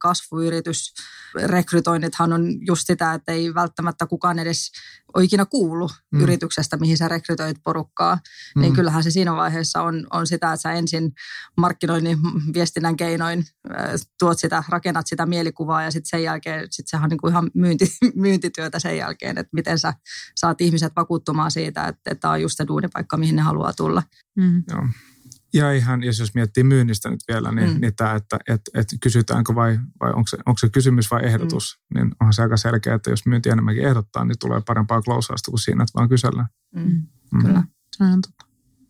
kasvuyritysrekrytoinnithan on just sitä, että ei välttämättä kukaan edes ole ikinä kuullut yrityksestä, mihin sä rekrytoit porukkaa. Niin kyllähän se siinä vaiheessa on sitä, että sä ensin markkinoinnin viestinnän keinoin rakennat sitä mielikuvaa ja sitten sen jälkeen sehän on niin kuin ihan myyntityötä sen jälkeen, että miten sä saat ihmiset vakuuttumaan siitä, että tämä on just se duunipaikka, mihin ne haluaa tulla. Joo. Ja ihan, jos miettii myynnistä nyt vielä, niin tämä, että kysytäänkö vai onko se kysymys vai ehdotus, niin onhan se aika selkeä, että jos myynti enemmänkin ehdottaa, niin tulee parempaa klousausta kuin siinä, että vaan kysellään. Kyllä, se on totta.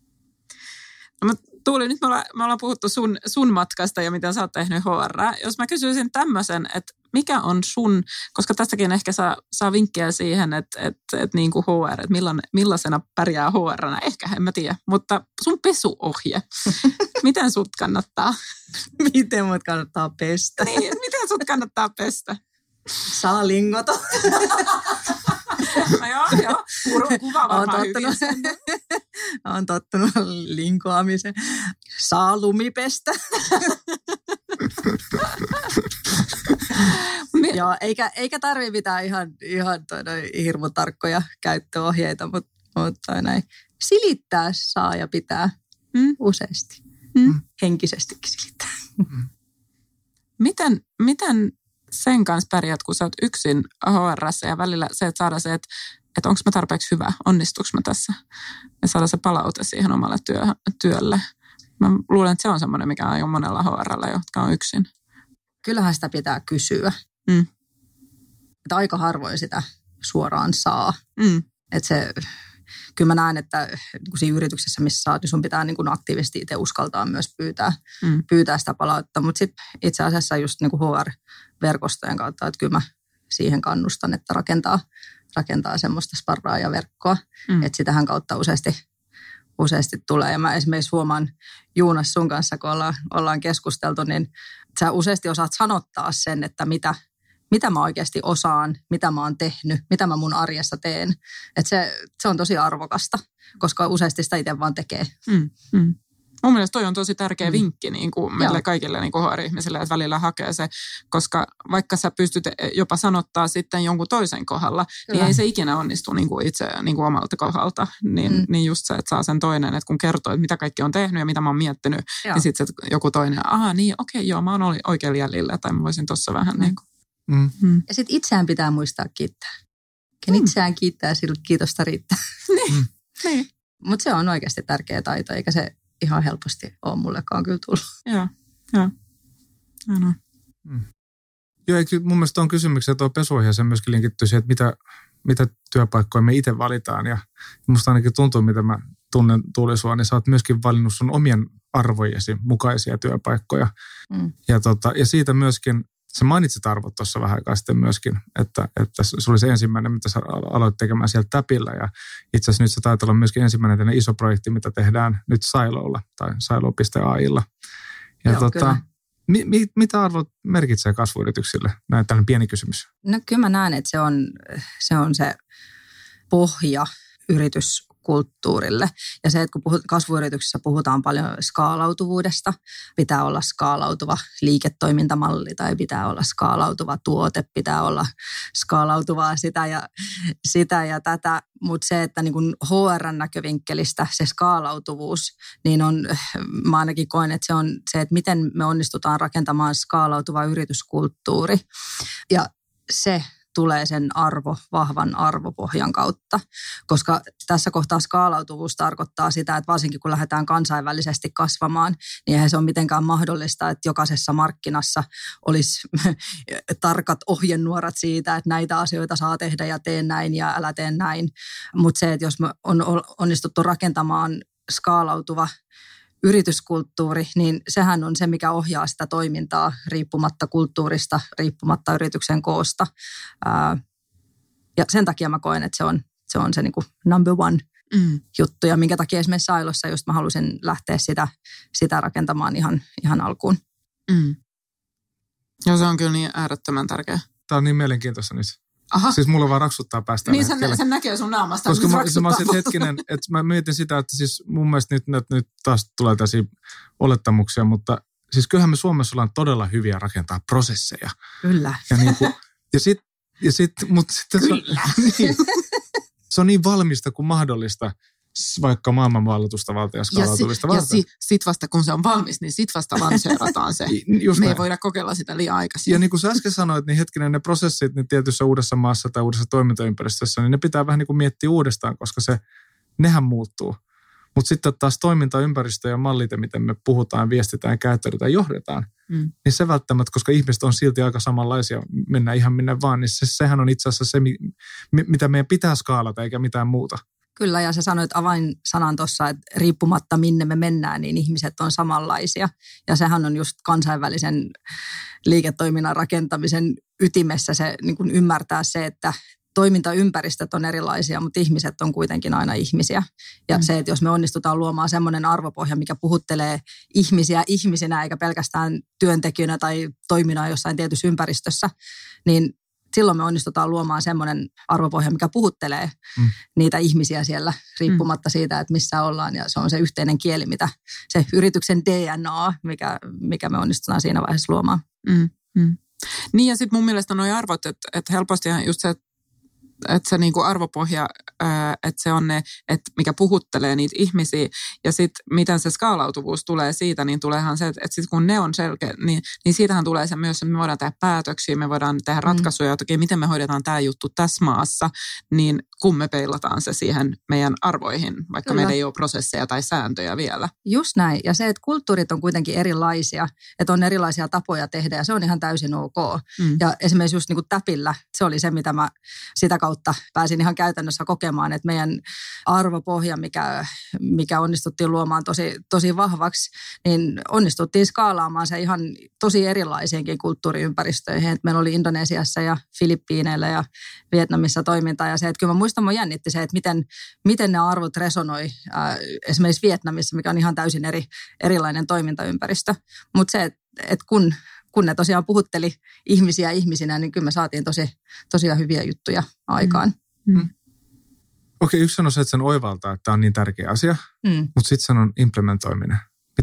No, Tuuli, nyt me ollaan puhuttu sun matkasta ja miten sä oot tehnyt HR. Jos mä kysyisin tämmöisen, että mikä on sun, koska tästäkin ehkä saa vinkkejä siihen, että niin kuin HR, että millaisena pärjää HR:nä, ehkä en mä tiedä, mutta sun pesuohje, miten sut kannattaa? Miten mut kannattaa pestä? Niin, miten sut kannattaa pestä? Salingota. No joo, kuva varmaan hyvin. Olen tottunut linkoamiseen. Saa lumipestä. Joo, eikä tarvitse mitään ihan hirmu tarkkoja käyttöohjeita, mutta näin. Silittää saa ja pitää useasti. Henkisestikin silittää. Miten sen kanssa pärjät, kun sä oot yksin HR:ssä ja välillä se, että saada se, että onko mä tarpeeksi hyvä, onnistuuko mä tässä ja saada se palaute siihen omalle työlle. Mä luulen, että se on semmoinen, mikä on jo monella HR:llä, jotka on yksin. kyllähän sitä pitää kysyä. Että aika harvoin sitä suoraan saa. Että se, kyllä mä näen, että niin siinä yrityksessä, missä sä oot, niin sun pitää niin kuin aktiivisesti itse uskaltaa myös pyytää sitä palautetta. Mutta sitten itse asiassa just niin kuin HR-verkostojen kautta, että kyllä mä siihen kannustan, että rakentaa semmoista sparraa ja verkkoa. Että sitähän kautta useasti tulee. Ja mä esimerkiksi huomaan Juunas sun kanssa, kun ollaan keskusteltu, niin sä useasti osaat sanottaa sen, että mitä mä oikeasti osaan, mitä mä oon tehnyt, mitä mä mun arjessa teen. Että se on tosi arvokasta, koska useasti sitä itse vaan tekee. Mun mielestä toi on tosi tärkeä vinkki niin kuin meille kaikille niin kuin HR-ihmisille, että välillä hakee se, koska vaikka sä pystyt jopa sanottaa sitten jonkun toisen kohdalla, niin ei se ikinä onnistu niin kuin itse niin kuin omalta kohdalta. Niin just se, että saa sen toinen, että kun kertoo, että mitä kaikki on tehnyt ja mitä mä oon miettinyt, niin sitten joku toinen, mä oon oikealla jäljellä tai mä voisin tossa vähän niin kuin. Ja sitten itseään pitää muistaa kiittää. Ken itseään kiittää, silloin kiitosta riittää. Niin. Mutta se on oikeasti tärkeä taito, eikä se ihan helposti ole mullekaan kyllä tullut. Joo. Joo, eikö mun mielestä on kysymyksiä, tuo pesuohjaa sen myöskin linkittyy siihen, että mitä työpaikkoja me itse valitaan. Ja musta ainakin tuntuu, mitä mä tunnen Tuuli sua, niin sä oot myöskin valinnut sun omien arvojesi mukaisia työpaikkoja. Ja siitä myöskin, sä mainitsit arvot tuossa vähän aikaa sitten myöskin, että se oli se ensimmäinen, mitä sä aloit tekemään siellä Täpillä. Ja itse asiassa nyt se taitaa olla myöskin ensimmäinen tämmöinen iso projekti, mitä tehdään nyt Silolla tai Silo.ai:lla. Ja joo, mitä arvot merkitsee kasvuyrityksille? Näin tällainen pieni kysymys. No kyllä mä näen, että se on se pohja yrityskulttuurille. Ja se, että kun kasvuyrityksessä puhutaan paljon skaalautuvuudesta, pitää olla skaalautuva liiketoimintamalli tai pitää olla skaalautuva tuote, pitää olla skaalautuvaa sitä ja tätä. Mutta se, että niin kun HR:n näkövinkkelistä se skaalautuvuus, niin mä ainakin koen, että se on se, että miten me onnistutaan rakentamaan skaalautuva yrityskulttuuri. Ja se tulee sen vahvan arvopohjan kautta, koska tässä kohtaa skaalautuvuus tarkoittaa sitä, että varsinkin kun lähdetään kansainvälisesti kasvamaan, niin eihän se ole mitenkään mahdollista, että jokaisessa markkinassa olisi tarkat ohjenuorat siitä, että näitä asioita saa tehdä ja tee näin ja älä tee näin. Mutta se, että jos me on onnistuttu rakentamaan skaalautuva yrityskulttuuri, niin sehän on se, mikä ohjaa sitä toimintaa riippumatta kulttuurista, riippumatta yrityksen koosta. Ja sen takia mä koen, että se on se niin kuin number one juttu. Ja minkä takia esimerkiksi Silossa just mä halusin lähteä sitä rakentamaan ihan alkuun. Joo, se on kyllä niin äärettömän tärkeä. Tämä on niin mielenkiintoista nyt. Aha. Siis mulla vaan raksuttaa päästä. Niin sen näkee sun naamasta. Koska mä olisin hetkinen, että mä mietin sitä, että siis mun mielestä nyt taas tulee tällaisia olettamuksia, mutta siis kyllähän me Suomessa ollaan todella hyviä rakentaa prosesseja. Kyllä. Ja niin kuin, mutta sitten se on niin valmista kuin mahdollista, vaikka maailmanvallatusta valta ja skaalautumista varten. Ja sit vasta kun se on valmis, niin sit vasta lanseerataan se. Me ei voida kokeilla sitä liian aikaisin. Ja niin kuin sä äsken sanoit, niin hetkinen ne prosessit niin tietyssä uudessa maassa tai uudessa toimintaympäristössä, niin ne pitää vähän niin kuin miettiä uudestaan, koska nehän muuttuu. Mutta sitten taas toimintaympäristö ja mallit, miten me puhutaan, viestitään, käyttäydytään, johdetaan, niin se välttämättä, koska ihmiset on silti aika samanlaisia, mennään ihan minne vaan, niin sehän on itse asiassa se, mitä meidän pitää skaalata eikä mitään muuta. Kyllä, ja sä sanoit avainsanan tuossa, että riippumatta minne me mennään, niin ihmiset on samanlaisia. Ja sehän on just kansainvälisen liiketoiminnan rakentamisen ytimessä se niin kuin ymmärtää se, että toimintaympäristöt on erilaisia, mutta ihmiset on kuitenkin aina ihmisiä. Ja se, että jos me onnistutaan luomaan semmoinen arvopohja, mikä puhuttelee ihmisiä ihmisinä, eikä pelkästään työntekijöinä tai toimina jossain tietyssä ympäristössä, niin silloin me onnistutaan luomaan semmoinen arvopohja, mikä puhuttelee niitä ihmisiä siellä riippumatta siitä, että missä ollaan. Ja se on se yhteinen kieli, mitä se yrityksen DNA, mikä me onnistutaan siinä vaiheessa luomaan. Niin ja sitten mun mielestä nuo arvot, että helposti just se, että se niinku arvopohja, että se on ne, että mikä puhuttelee niitä ihmisiä. Ja sitten miten se skaalautuvuus tulee siitä, niin tuleehan se, että sitten kun ne on selkeä, niin siitähän tulee se myös, että me voidaan tehdä päätöksiä, me voidaan tehdä ratkaisuja, että okei, miten me hoidetaan tämä juttu tässä maassa. Niin kun me peilataan se siihen meidän arvoihin, vaikka meillä ei ole prosesseja tai sääntöjä vielä. Just näin. Ja se, että kulttuurit on kuitenkin erilaisia, että on erilaisia tapoja tehdä ja se on ihan täysin ok. Ja esimerkiksi just niin kuin täpillä, se oli se, mitä mä sitä kautta pääsin ihan käytännössä kokemaan, että meidän arvopohja, mikä onnistuttiin luomaan tosi vahvaksi, niin onnistuttiin skaalaamaan se ihan tosi erilaisiinkin kulttuuriympäristöihin. Että meillä oli Indonesiassa ja Filippiineillä ja Vietnamissa toimintaa ja se, että kyllä mä muistan, mun jännitti se, että miten ne arvot resonoi esimerkiksi Vietnamissa, mikä on ihan täysin erilainen toimintaympäristö. Mutta se, että kun ne tosiaan puhutteli ihmisiä ihmisinä, niin kyllä me saatiin tosiaan hyviä juttuja aikaan. Okei, yksi on se, että sen oivaltaa, että tämä on niin tärkeä asia, mutta sitten sen on implementoiminen.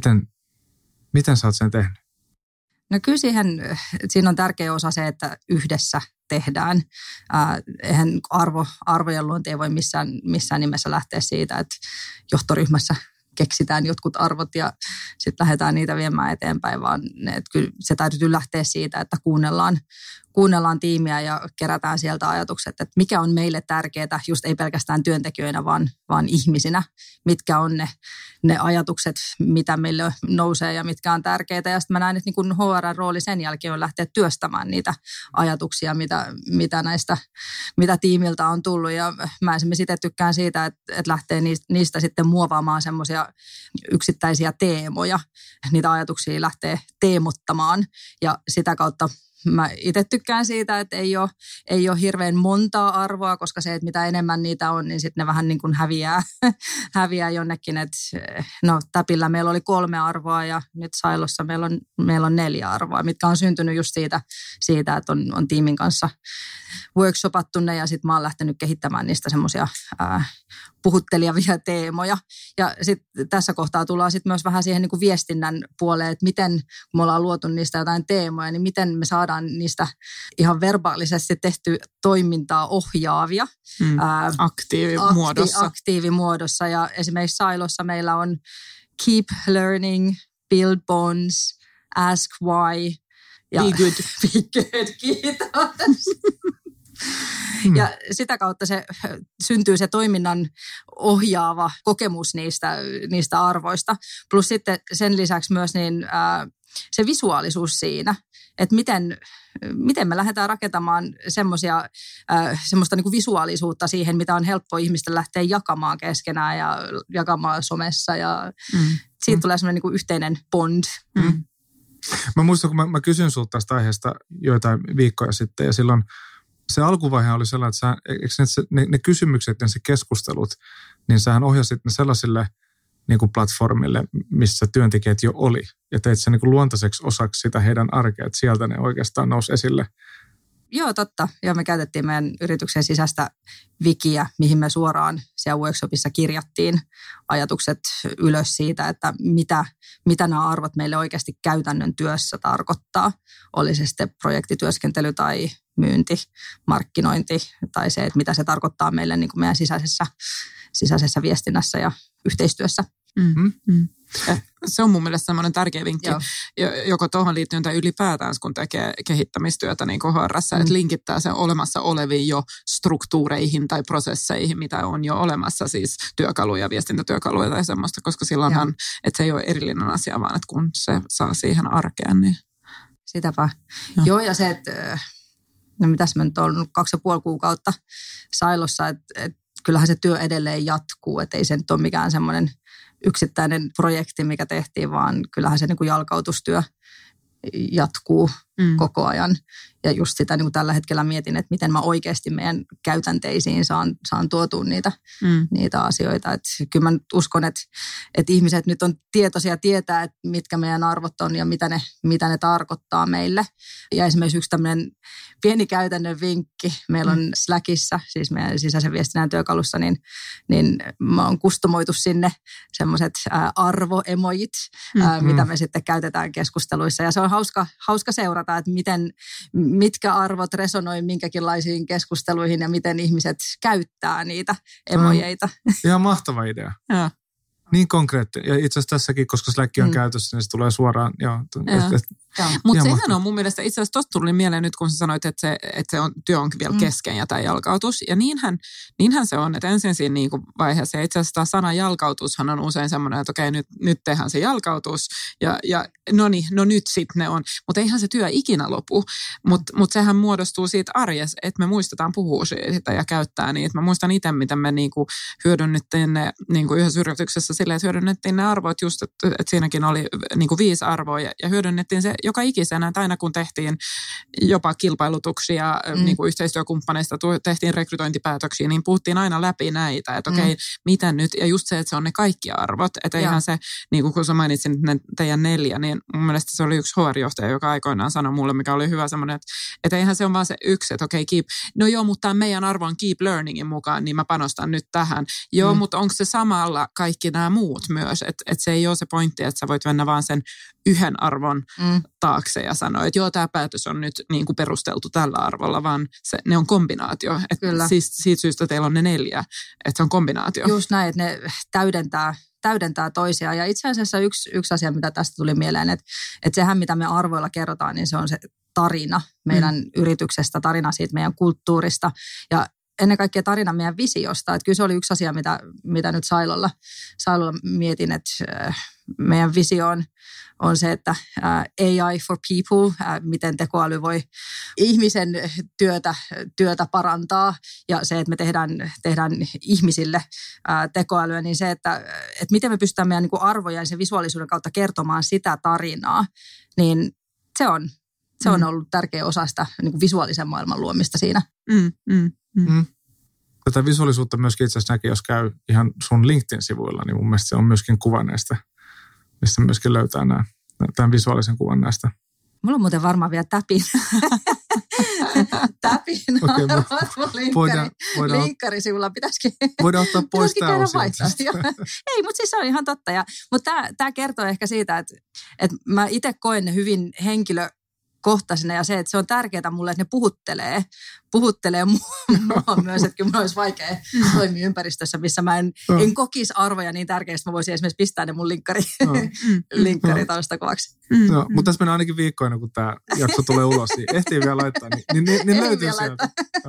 Miten sä oot sen tehnyt? No kyllä siinä on tärkeä osa se, että yhdessä tehdään. Eihän arvojen luonti ei voi missään nimessä lähteä siitä, että johtoryhmässä keksitään jotkut arvot ja sitten lähdetään niitä viemään eteenpäin, vaan että kyllä se täytyy lähteä siitä, että kuunnellaan tiimiä ja kerätään sieltä ajatukset, että mikä on meille tärkeää, just ei pelkästään työntekijöinä, vaan ihmisinä, mitkä on ne ajatukset, mitä meille nousee ja mitkä on tärkeitä. Ja sitten mä näen, että niin kuin HR:n rooli sen jälkeen on lähteä työstämään niitä ajatuksia, mitä tiimiltä on tullut. Ja mä esimerkiksi itse tykkään siitä, että lähtee niistä sitten muovaamaan semmoisia yksittäisiä teemoja. Niitä ajatuksia lähtee teemottamaan ja sitä kautta mä itse tykkään siitä, että ei ole hirveän montaa arvoa, koska se, että mitä enemmän niitä on, niin sitten ne vähän niin kuin häviää jonnekin. Että no täpillä meillä oli 3 arvoa ja nyt Sailossa meillä on 4 arvoa, mitkä on syntynyt just siitä että on tiimin kanssa workshopattu ne ja sitten mä oon lähtenyt kehittämään niistä semmoisia puhuttelevia teemoja. Ja sitten tässä kohtaa tullaan sitten myös vähän siihen niin kuin viestinnän puoleen, että miten, kun me ollaan luotu niistä jotain teemoja, niin miten me saadaan niistä ihan verbaalisesti tehty toimintaa ohjaavia. Aktiivimuodossa. Ja esimerkiksi Sailossa meillä on keep learning, build bonds, ask why. Ja be good. Be good, kiitos. Ja sitä kautta syntyy se toiminnan ohjaava kokemus niistä arvoista. Plus sitten sen lisäksi myös se visuaalisuus siinä, että miten me lähdetään rakentamaan semmoista niin kuin visuaalisuutta siihen, mitä on helppo ihmisten lähteä jakamaan keskenään ja jakamaan somessa. Ja siitä tulee semmoinen niin kuin yhteinen bond. Mä muistan, kun mä kysyin sulta tästä aiheesta joitain viikkoja sitten ja silloin se alkuvaihe oli sellainen, että ne kysymykset ja se keskustelut, niin sähän ohjasit ne sellaisille niin kuin platformille, missä työntekijät jo oli. Ja teit sen niin kuin luontaiseksi osaksi sitä heidän arkea, että sieltä ne oikeastaan nousi esille. Joo, totta. Ja me käytettiin meidän yrityksen sisäistä wikiä, mihin me suoraan siellä workshopissa kirjattiin ajatukset ylös siitä, että mitä nämä arvot meille oikeasti käytännön työssä tarkoittaa. Oli se sitten projektityöskentely tai myynti, markkinointi tai se, että mitä se tarkoittaa meille niin kuin meidän sisäisessä viestinnässä ja yhteistyössä. Se on mun mielestä semmoinen tärkeä vinkki, joko tuohon liittyen tai ylipäätään, kun tekee kehittämistyötä niin kuin HR:ssä, että linkittää sen olemassa oleviin jo struktuureihin tai prosesseihin, mitä on jo olemassa, siis työkaluja, viestintätyökaluja tai semmoista, koska silloinhan, että se ei ole erillinen asia, vaan että kun se saa siihen arkeen, niin... Sitäpä. Joo, ja se, että no mitäs mä nyt olen 2,5 kuukautta Sailossa, että kyllähän se työ edelleen jatkuu, että ei se nyt ole mikään semmoinen yksittäinen projekti, mikä tehtiin, vaan kyllähän se niin kuin jalkautustyö jatkuu koko ajan. Ja just sitä niin kuin tällä hetkellä mietin, että miten mä oikeasti meidän käytänteisiin saan tuotua niitä asioita. Että kyllä mä nyt uskon, että ihmiset nyt on tietoisia tietää, että mitkä meidän arvot on ja mitä ne tarkoittaa meille. Ja esimerkiksi yksi tämmöinen pieni käytännön vinkki. Meillä on Slackissa, siis meidän sisäisen viestinnän työkalussa, niin mä oon kustomoitu sinne semmoiset arvoemojit, mitä me sitten käytetään keskusteluissa. Ja se on hauska seurata, että mitkä arvot resonoi minkäkinlaisiin keskusteluihin ja miten ihmiset käyttää niitä emojeita. Ihan mahtava idea. Ja. Niin konkreettinen. Ja itse asiassa tässäkin, koska Slack on käytössä, niin se tulee suoraan. Mutta sehän on mun mielestä, itse asiassa tosta tuli mieleen nyt, kun sä sanoit, että se työ onkin vielä kesken ja tämä jalkautus. Ja niinhän se on, että ensin siinä niinku vaiheessa, ja itse asiassa tämä sana jalkautushan on usein semmoinen, että okei, nyt tehdään se jalkautus, ja no nyt sitten ne on. Mutta eihän se työ ikinä lopu, mutta sehän muodostuu siitä arjessa, että me muistetaan puhua siitä ja käyttää niitä. Mä muistan itse, miten me niinku hyödynnettiin ne niinku yhdessä yrityksessä silleen, että hyödynnettiin ne arvot just, että siinäkin oli niinku 5 arvoa ja hyödynnettiin se joka ikisenä, että aina kun tehtiin jopa kilpailutuksia niinku yhteistyökumppaneista, tehtiin rekrytointipäätöksiä, niin puhuttiin aina läpi näitä, että okei, mitä nyt, ja just se, että se on ne kaikki arvot, että eihän se, niin kun sä mainitsin ne teidän 4, niin mun mielestä se oli yksi HR-johtaja, joka aikoinaan sanoi mulle, mikä oli hyvä semmoinen, että eihän se ole vaan se yksi, että okei, no joo, mutta tämä meidän arvo on keep learningin mukaan, niin mä panostan nyt tähän. Joo, mutta onko se samalla kaikki nämä muut myös, että se ei ole se pointti, että sä voit mennä vaan sen yhden arvon taakse ja sanoa, että joo, tämä päätös on nyt niin kuin perusteltu tällä arvolla, vaan ne on kombinaatio. Että siis siitä syystä teillä on ne 4, että se on kombinaatio. Just näin, että ne täydentää toisiaan. Ja itse asiassa yksi asia, mitä tästä tuli mieleen, että sehän, mitä me arvoilla kerrotaan, niin se on se tarina meidän yrityksestä, tarina siitä meidän kulttuurista ja ennen kaikkea tarina meidän visiosta. Että kyllä se oli yksi asia, mitä nyt Sailolla mietin, että meidän visio on se, että AI for people, miten tekoäly voi ihmisen työtä parantaa ja se, että me tehdään ihmisille tekoälyä, niin se, että miten me pystytään meidän niin kuin arvoja ja sen visuaalisuuden kautta kertomaan sitä tarinaa, niin se on ollut tärkeä osa sitä niin kuin visuaalisen maailman luomista siinä. Tätä visuaalisuutta myöskin itse asiassa näkee, jos käy ihan sun LinkedIn-sivuilla, niin mun mielestä se on myöskin kuva näistä, missä myöskin löytää tämän visuaalisen kuvan näistä. Mulla on muuten varmaan vielä täpin arvot mun linkkarisivulla. Pitäisikin ottaa pois tämä osio. Ei, mutta siis se on ihan totta. Mutta tämä kertoo ehkä siitä, että mä itse koen ne hyvin henkilökohtaisena ja se, että se on tärkeää mulle, että ne puhuttelee mua myös, että kyllä mun olisi vaikea toimia ympäristössä, missä mä en kokisi arvoja niin tärkeästi, mä voisin esimerkiksi pistää ne mun linkkari taustakuvaksi. No, mutta tässä mennään ainakin viikkoina, kun tämä jakso tulee ulos, niin ehtii vielä laittaa, niin löytyy sieltä.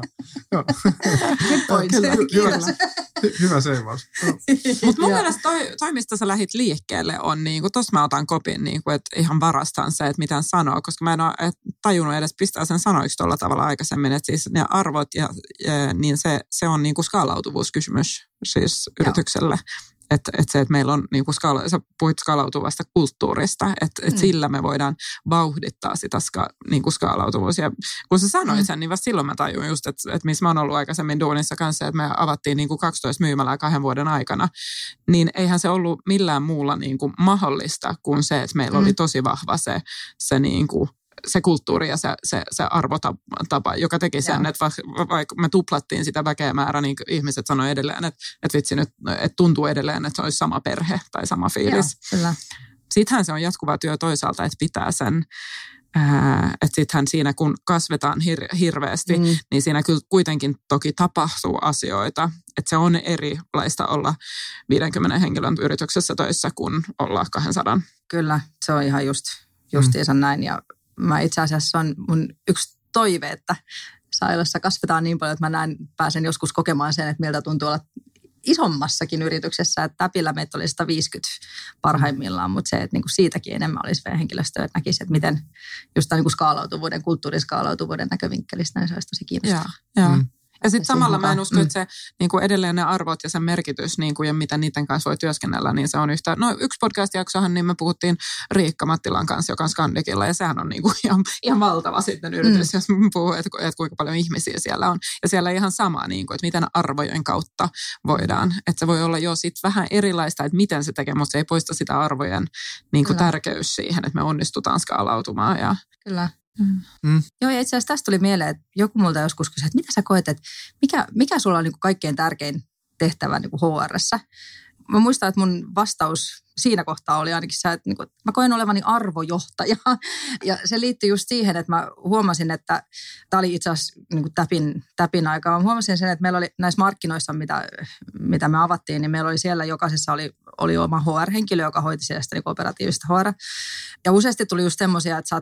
Hyvä seivaus. Mutta mun mielestä toi, mistä sä lähit liikkeelle, on niin kuin, tossa mä otan kopin, niin kuin, että ihan varastan se, että mitä sanoo, koska mä en ole tajunnut edes pistää sen sanoiksi tuolla tavalla aikaisemmin, että siis ne arvot, niin se on niin kuin skaalautuvuuskysymys siis yritykselle. Että se, että meillä on, niin kuin sä puhuit skaalautuvasta kulttuurista, että sillä me voidaan vauhdittaa sitä niin kuin skaalautuvuus. Ja kun sä sanoit sen, niin vasta silloin mä tajuin just, että missä mä oon ollut aikaisemmin duunissa kanssa, että me avattiin niin kuin 12 myymälää 2 vuoden aikana, niin eihän se ollut millään muulla niin kuin mahdollista kuin se, että meillä oli tosi vahva se niin kuin se kulttuuri ja se arvotapa, joka teki sen, että vaikka me tuplattiin sitä väkemäärää, niin ihmiset sanoi edelleen, että vitsi nyt, että tuntuu edelleen, että se olisi sama perhe tai sama fiilis. Sittenhän se on jatkuva työ toisaalta, että pitää sen, että sittenhän siinä kun kasvetaan hirveästi, niin siinä kyllä kuitenkin toki tapahtuu asioita, että se on erilaista olla 50 henkilön yrityksessä töissä kuin olla 200. Kyllä, se on ihan justiinsa näin ja mä itse asiassa on mun yksi toive, että Sailossa kasvetaan niin paljon, että mä pääsen joskus kokemaan sen, että miltä tuntuu olla isommassakin yrityksessä, että Täpillä meitä oli 150 parhaimmillaan, mutta se, että niinku siitäkin enemmän olisi vielä henkilöstöä, että näkisi, että miten just tämän niinku skaalautuvuuden, kulttuuriskaalautuvuuden näkövinkkelistä, niin se olisi tosi kiinnostavaa. Joo. Ja sitten samalla mä en usko, että se niin kuin edelleen ne arvot ja sen merkitys niin kuin, ja mitä niiden kanssa voi työskennellä, niin se on yhtä. No yksi podcast-jaksohan, niin me puhuttiin Riikka Mattilan kanssa, joka on Skandikilla, ja sehän on niin kuin ihan valtava sitten yritys, jos puhuu, että kuinka paljon ihmisiä siellä on. Ja siellä ihan sama, niin kuin, että miten arvojen kautta voidaan. Että se voi olla jo sitten vähän erilaista, että miten se tekee, mutta se ei poista sitä arvojen niin kuin tärkeys siihen, että me onnistutaan skaalautumaan. Ja kyllä. Joo, ja itse asiassa tästä tuli mieleen, että joku multa joskus kysyi, että mitä sä koet, että mikä sulla on niin kuin kaikkein tärkein tehtävä niin kuin HR:ssä? Mä muistan, että mun vastaus siinä kohtaa oli ainakin se, että mä koen olevani arvojohtaja. Ja se liittyy just siihen, että mä huomasin, että tämä oli itse asiassa niin täpin aikaa. Mä huomasin sen, että meillä oli näissä markkinoissa, mitä me avattiin, niin meillä oli siellä jokaisessa oli oma HR-henkilö, joka hoiti sieltä niin operatiivista HR. Ja useasti tuli just semmoisia, että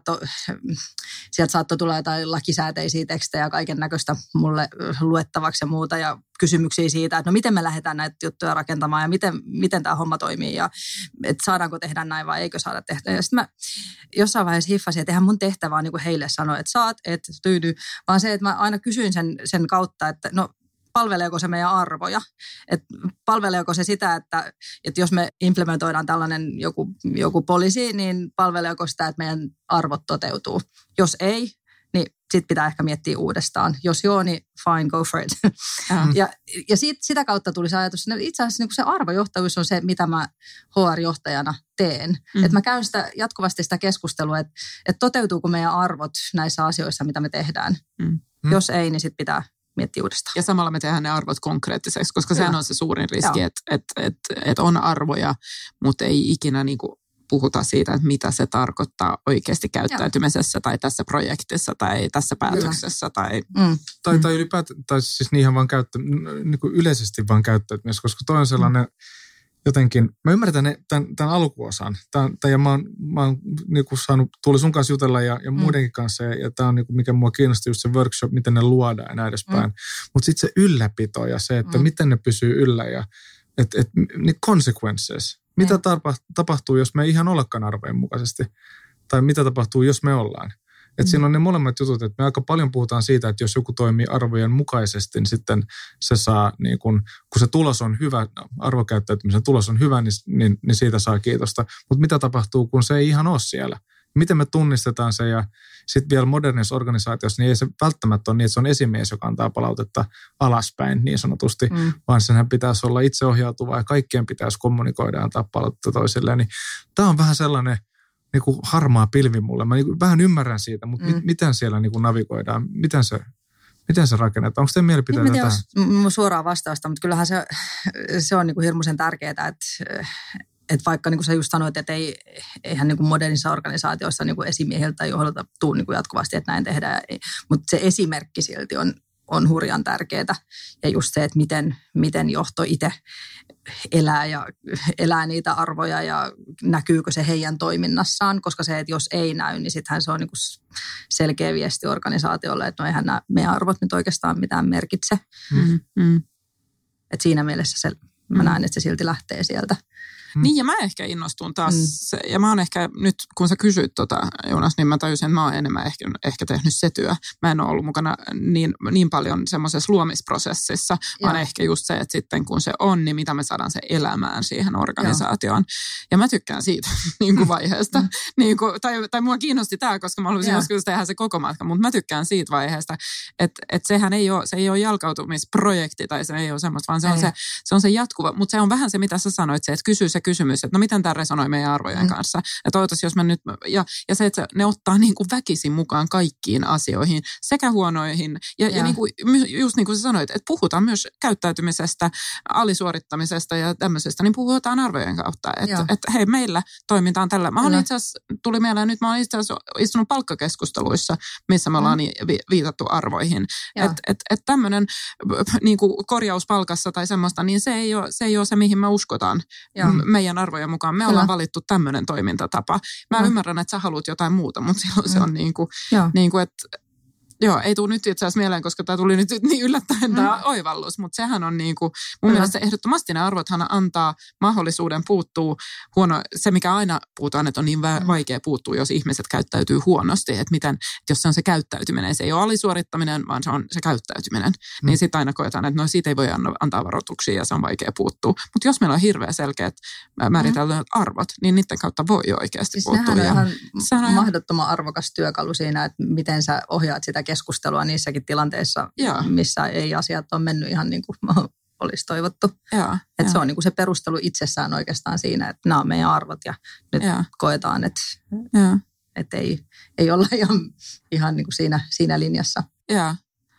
sieltä saattoi tulla jotain lakisääteisiä tekstejä ja kaiken näköistä mulle luettavaksi ja muuta ja kysymyksiä siitä, että no miten me lähdetään näitä juttuja rakentamaan ja miten tämä homma toimii ja että saadaanko tehdä näin vai eikö saada tehdä. Ja sitten mä jossain vaiheessa hiffasin, että eihän mun tehtävä on niin kuin heille sanoa, että saat, et tyydy, vaan se, että mä aina kysyin sen kautta, että no palveleeko se meidän arvoja, että palveleeko se sitä, että jos me implementoidaan tällainen joku poliisi, niin palveleeko sitä, että meidän arvot toteutuu. Jos ei, niin sitten pitää ehkä miettiä uudestaan. Jos joo, niin fine, go for it. Ja sitä kautta tuli se ajatus, että itse asiassa niin se arvojohtajuus on se, mitä mä HR-johtajana teen. Että mä käyn jatkuvasti sitä keskustelua, että toteutuuko meidän arvot näissä asioissa, mitä me tehdään. Jos ei, niin sitten pitää miettiä uudestaan. Ja samalla me tehdään ne arvot konkreettiseksi, koska sehän on se suurin riski, että on arvoja, mutta ei ikinä niinku puhuta siitä, että mitä se tarkoittaa oikeasti käyttäytymisessä tai tässä projektissa tai tässä päätöksessä. Tai ylipäätään, tai siis niinhän vaan niin yleisesti vaan käyttäytymisessä, koska toi on sellainen jotenkin, mä ymmärrän tämän alkuosan. Ja mä oon niin kuin saanut, tuli sun kanssa jutella ja muidenkin kanssa, ja tämä on niin kuin, mikä mua kiinnostaa just se workshop, miten ne luodaan ja näin edespäin. Mutta sitten se ylläpito ja se, että miten ne pysyy yllä ja niin consequences. Mitä tapahtuu, jos me ei ihan olekaan arvojen mukaisesti? Tai mitä tapahtuu, jos me ollaan? Että siinä on ne molemmat jutut, että me aika paljon puhutaan siitä, että jos joku toimii arvojen mukaisesti, niin sitten se saa, niin kun se tulos on hyvä, arvokäyttäytymisen tulos on hyvä, niin siitä saa kiitosta. Mutta mitä tapahtuu, kun se ei ihan ole siellä? Miten me tunnistetaan se ja sitten vielä modernissa organisaatiossa, niin ei se välttämättä ole niin, että se on esimies, joka antaa palautetta alaspäin niin sanotusti, vaan senhän pitäisi olla itseohjautuva ja kaikkien pitäisi kommunikoida ja antaa palautetta toisilleen. Niin tämä on vähän sellainen niin kuin harmaa pilvi mulle. Mä niin vähän ymmärrän siitä, mutta miten siellä niin kuin navigoidaan, miten se rakennetaan? Onko teidän mielipiteitä tähän? Mun suoraa vastausta, mutta kyllähän se on niin kuin hirmuisen tärkeää, että vaikka niin kuin sä just sanoit, että eihän niin kuin modernissa organisaatioissa niin kuin esimiehiltä tai johdoilta tule niin kuin jatkuvasti, että näin tehdään, mutta se esimerkki silti on hurjan tärkeää. Ja just se, että miten johto itse elää niitä arvoja ja näkyykö se heidän toiminnassaan, koska se, että jos ei näy, niin sittenhän se on niin kuin selkeä viesti organisaatiolle, että no eihän nämä meidän arvot nyt oikeastaan mitään merkitse. Että siinä mielessä mä näen, että se silti lähtee sieltä. Niin, ja mä ehkä innostun taas, ja mä oon ehkä nyt, kun sä kysyt Joonas, niin mä tajusin, että mä oon enemmän ehkä tehnyt se työ. Mä en ole ollut mukana niin paljon semmoisessa luomisprosessissa, vaan ehkä just se, että sitten kun se on, niin mitä me saadaan se elämään siihen organisaatioon. Ja mä tykkään siitä niin kuin vaiheesta. Niin kuin, tai mua kiinnosti tämä, koska mä haluaisin joskus tehdä se koko matka, mutta mä tykkään siitä vaiheesta, että sehän ei ole jalkautumisprojekti tai se ei ole semmoista, vaan se on se jatkuva. Mutta se on vähän se, mitä sä sanoit, se, että kysyy se kysymys, että no miten tämä resonoi meidän arvojen kanssa. Ja toivottavasti, jos mä nyt, ja se, että ne ottaa niin kuin väkisin mukaan kaikkiin asioihin, sekä huonoihin, ja niin kuin, just niin kuin sä sanoit, että puhutaan myös käyttäytymisestä, alisuorittamisesta ja tämmöisestä, niin puhutaan arvojen kautta. Että hei, meillä toimitaan tällä. Mä oon itse asiassa, tuli mieleen, nyt mä oon itse asiassa istunut palkkakeskusteluissa, missä me ollaan viitattu arvoihin. Että tämmöinen niin kuin korjauspalkassa tai semmoista, niin se ei ole se, mihin me uskotaan. Meidän arvojen mukaan. Me ollaan valittu tämmöinen toimintatapa. Mä ymmärrän, että sä haluat jotain muuta, mutta silloin se on niin kuin, että joo, ei tule nyt itse asiassa mieleen, koska tämä tuli nyt niin yllättäen tämä oivallus, mutta sehän on niin kuin, mun mielestä ehdottomasti ne arvothan antaa mahdollisuuden puuttua se mikä aina puhutaan, että on niin vaikea puuttua, jos ihmiset käyttäytyy huonosti, että jos se on se käyttäytyminen, se ei ole alisuorittaminen, vaan se on se käyttäytyminen, niin sitten aina koetaan, että no siitä ei voi antaa varoituksia ja se on vaikea puuttua. Mutta jos meillä on hirveän selkeät määritellyt arvot, niin niiden kautta voi oikeasti puuttua. Sehän on ihan mahdottoman arvokas työkalu siinä, että miten sä ohjaat sitä keskustelua niissäkin tilanteissa, missä ei asiat ole mennyt ihan niin kuin olisi toivottu. Että se on niin kuin se perustelu itsessään oikeastaan siinä, että nämä on meidän arvot ja nyt koetaan, että ei olla ihan niin kuin siinä linjassa.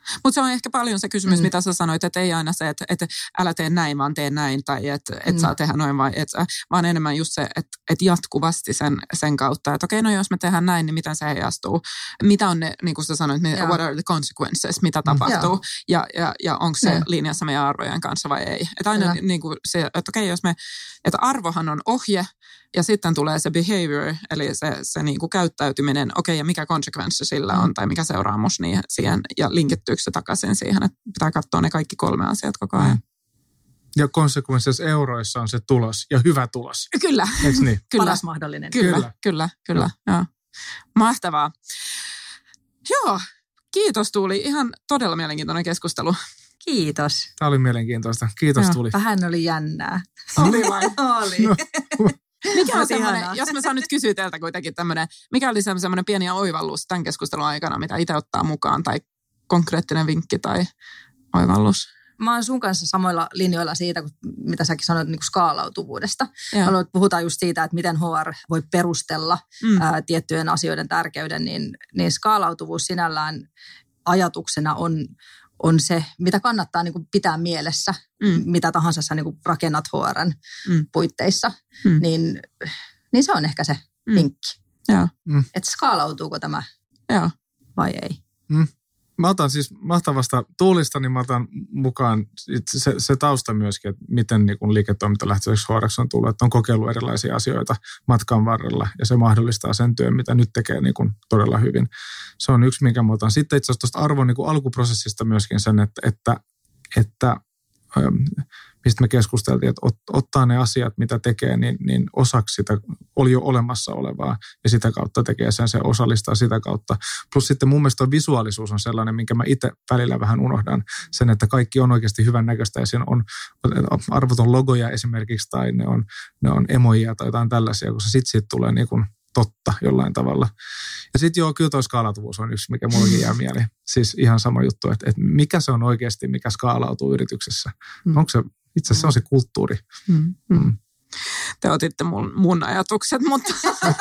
Mutta se on ehkä paljon se kysymys, mitä sä sanoit, että ei aina se, että älä tee näin, vaan tee näin, tai että et saa tehdä noin, vaan enemmän just se, että jatkuvasti sen kautta, että okei, no jos me tehdään näin, niin miten se heijastuu? Mitä on ne, niin kuin sä sanoit, what are the consequences, mitä tapahtuu, ja onko se linjassa meidän arvojen kanssa vai ei? Että aina niin kuin se, että okei, että arvohan on ohje, ja sitten tulee se behavior, eli se niin kuin käyttäytyminen, okei, ja mikä konsekvenssi sillä on, tai mikä seuraamus siihen, ja linkittyykö se takaisin siihen, että pitää katsoa ne kaikki 3 asiat koko ajan. Ja konsekvensseissa euroissa on se tulos, ja hyvä tulos. Kyllä. Eikö niin? Kyllä. Paras mahdollinen. Kyllä. Joo. Mahtavaa. Joo, kiitos Tuuli. Ihan todella mielenkiintoinen keskustelu. Kiitos. Tämä oli mielenkiintoista. Kiitos Tuuli. Vähän oli jännää. Oli vai? Oli. No. Mikä on semmoinen, jos mä saan nyt kysyä teiltä kuitenkin tämmöinen, mikä oli semmoinen pieni oivallus tämän keskustelun aikana, mitä itse ottaa mukaan, tai konkreettinen vinkki tai oivallus? Mä oon sun kanssa samoilla linjoilla siitä, mitä säkin sanoit niin kuin skaalautuvuudesta. Puhutaan just siitä, että miten HR voi perustella tiettyjen asioiden tärkeyden, niin skaalautuvuus sinällään ajatuksena on se, mitä kannattaa niin kuin pitää mielessä, mitä tahansa sä niin kuin rakennat HR:n puitteissa, niin se on ehkä se vinkki. Että skaalautuuko tämä vai ei. Mä otan siis mahtavasta Tuulista, niin mä otan mukaan se tausta myöskin, että miten niin kun liiketoimintalähtöiseksi HR:ksi on tullut, että on kokeillut erilaisia asioita matkan varrella ja se mahdollistaa sen työn, mitä nyt tekee niin kun todella hyvin. Se on yksi, minkä mä otan. Sitten itse asiassa tuosta arvon niin kun alkuprosessista myöskin sen, että mistä me keskusteltiin, että ottaa ne asiat, mitä tekee, niin osaksi sitä oli jo olemassa olevaa ja sitä kautta tekee se osallistaa sitä kautta. Plus sitten mun mielestä visuaalisuus on sellainen, minkä mä itse välillä vähän unohdan sen, että kaikki on oikeasti hyvän näköistä ja siinä on arvoton logoja esimerkiksi tai ne on emoja tai jotain tällaisia, koska sitten siitä tulee niin kuin totta jollain tavalla. Ja sitten kyllä toi skaalautuvuus on yksi, mikä mullakin jää mieleen. Siis ihan sama juttu, että mikä se on oikeasti, mikä skaalautuu yrityksessä. Onko se, itse asiassa se on se kulttuuri. Te otitte mun ajatukset, mutta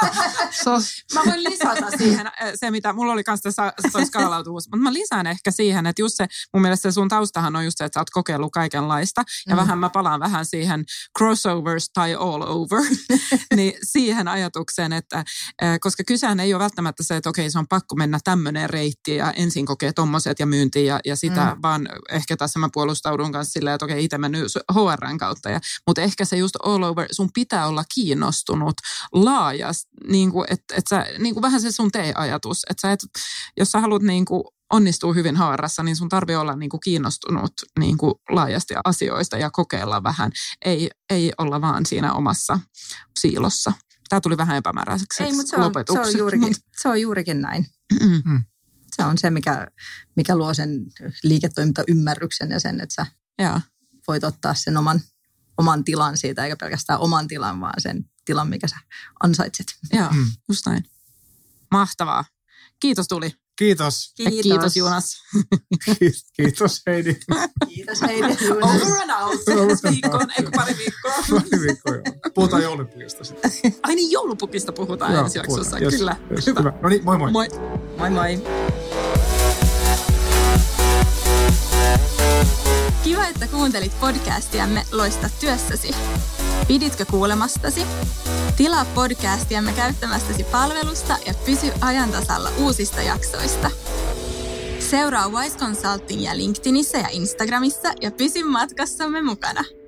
mä voin lisätä siihen se, mitä mulla oli kanssa toi skaalautuvuus. Mutta mä lisään ehkä siihen, että just se, mun mielestä se sun taustahan on just se, että sä oot kokeillut kaikenlaista. Ja mä palaan vähän siihen crossovers tai all over, niin siihen ajatukseen, että koska kysehän ei ole välttämättä se, että okei, se on pakko mennä tämmöinen reitti ja ensin kokee tommoset ja myyntiä ja sitä, vaan ehkä tässä mä puolustaudun kanssa silleen, että okei, itse mennyt HR:n kautta. Mutta ehkä se just all over, sun pitää olla kiinnostunut laajasti, niin että sä, niin kuin vähän se sun tee-ajatus, että sä jos sä haluat niin kuin onnistua hyvin HR:ssä, niin sun tarvitsee olla niin kuin kiinnostunut niin kuin laajasti asioista ja kokeilla vähän, ei olla vaan siinä omassa siilossa. Tämä tuli vähän epämääräiseksi lopetuksi. Se on juurikin näin. Se on se, mikä luo sen liiketoimintaymmärryksen ja sen, että sä voit ottaa sen oman tilan siitä, eikä pelkästään oman tilan, vaan sen tilan, mikä sä ansaitset. Joo, just näin. Mahtavaa. Kiitos Tuuli. Kiitos. Kiitos Jonas. Kiitos Heidi. Kiitos Heidi. Over and out. Pari viikkoa. Puhutaan joulupukista sitten. Ai niin, joulupukista puhutaan ensi jaksossa. Yes, Kyllä. Yes, hyvä. No niin, moi moi. Moi. Moi moi. Kiva, että kuuntelit podcastiamme Loista työssäsi. Piditkö kuulemastasi? Tilaa podcastiamme käyttämästäsi palvelusta ja pysy ajan tasalla uusista jaksoista. Seuraa Wise Consultingia LinkedInissä ja Instagramissa ja pysy matkassamme mukana.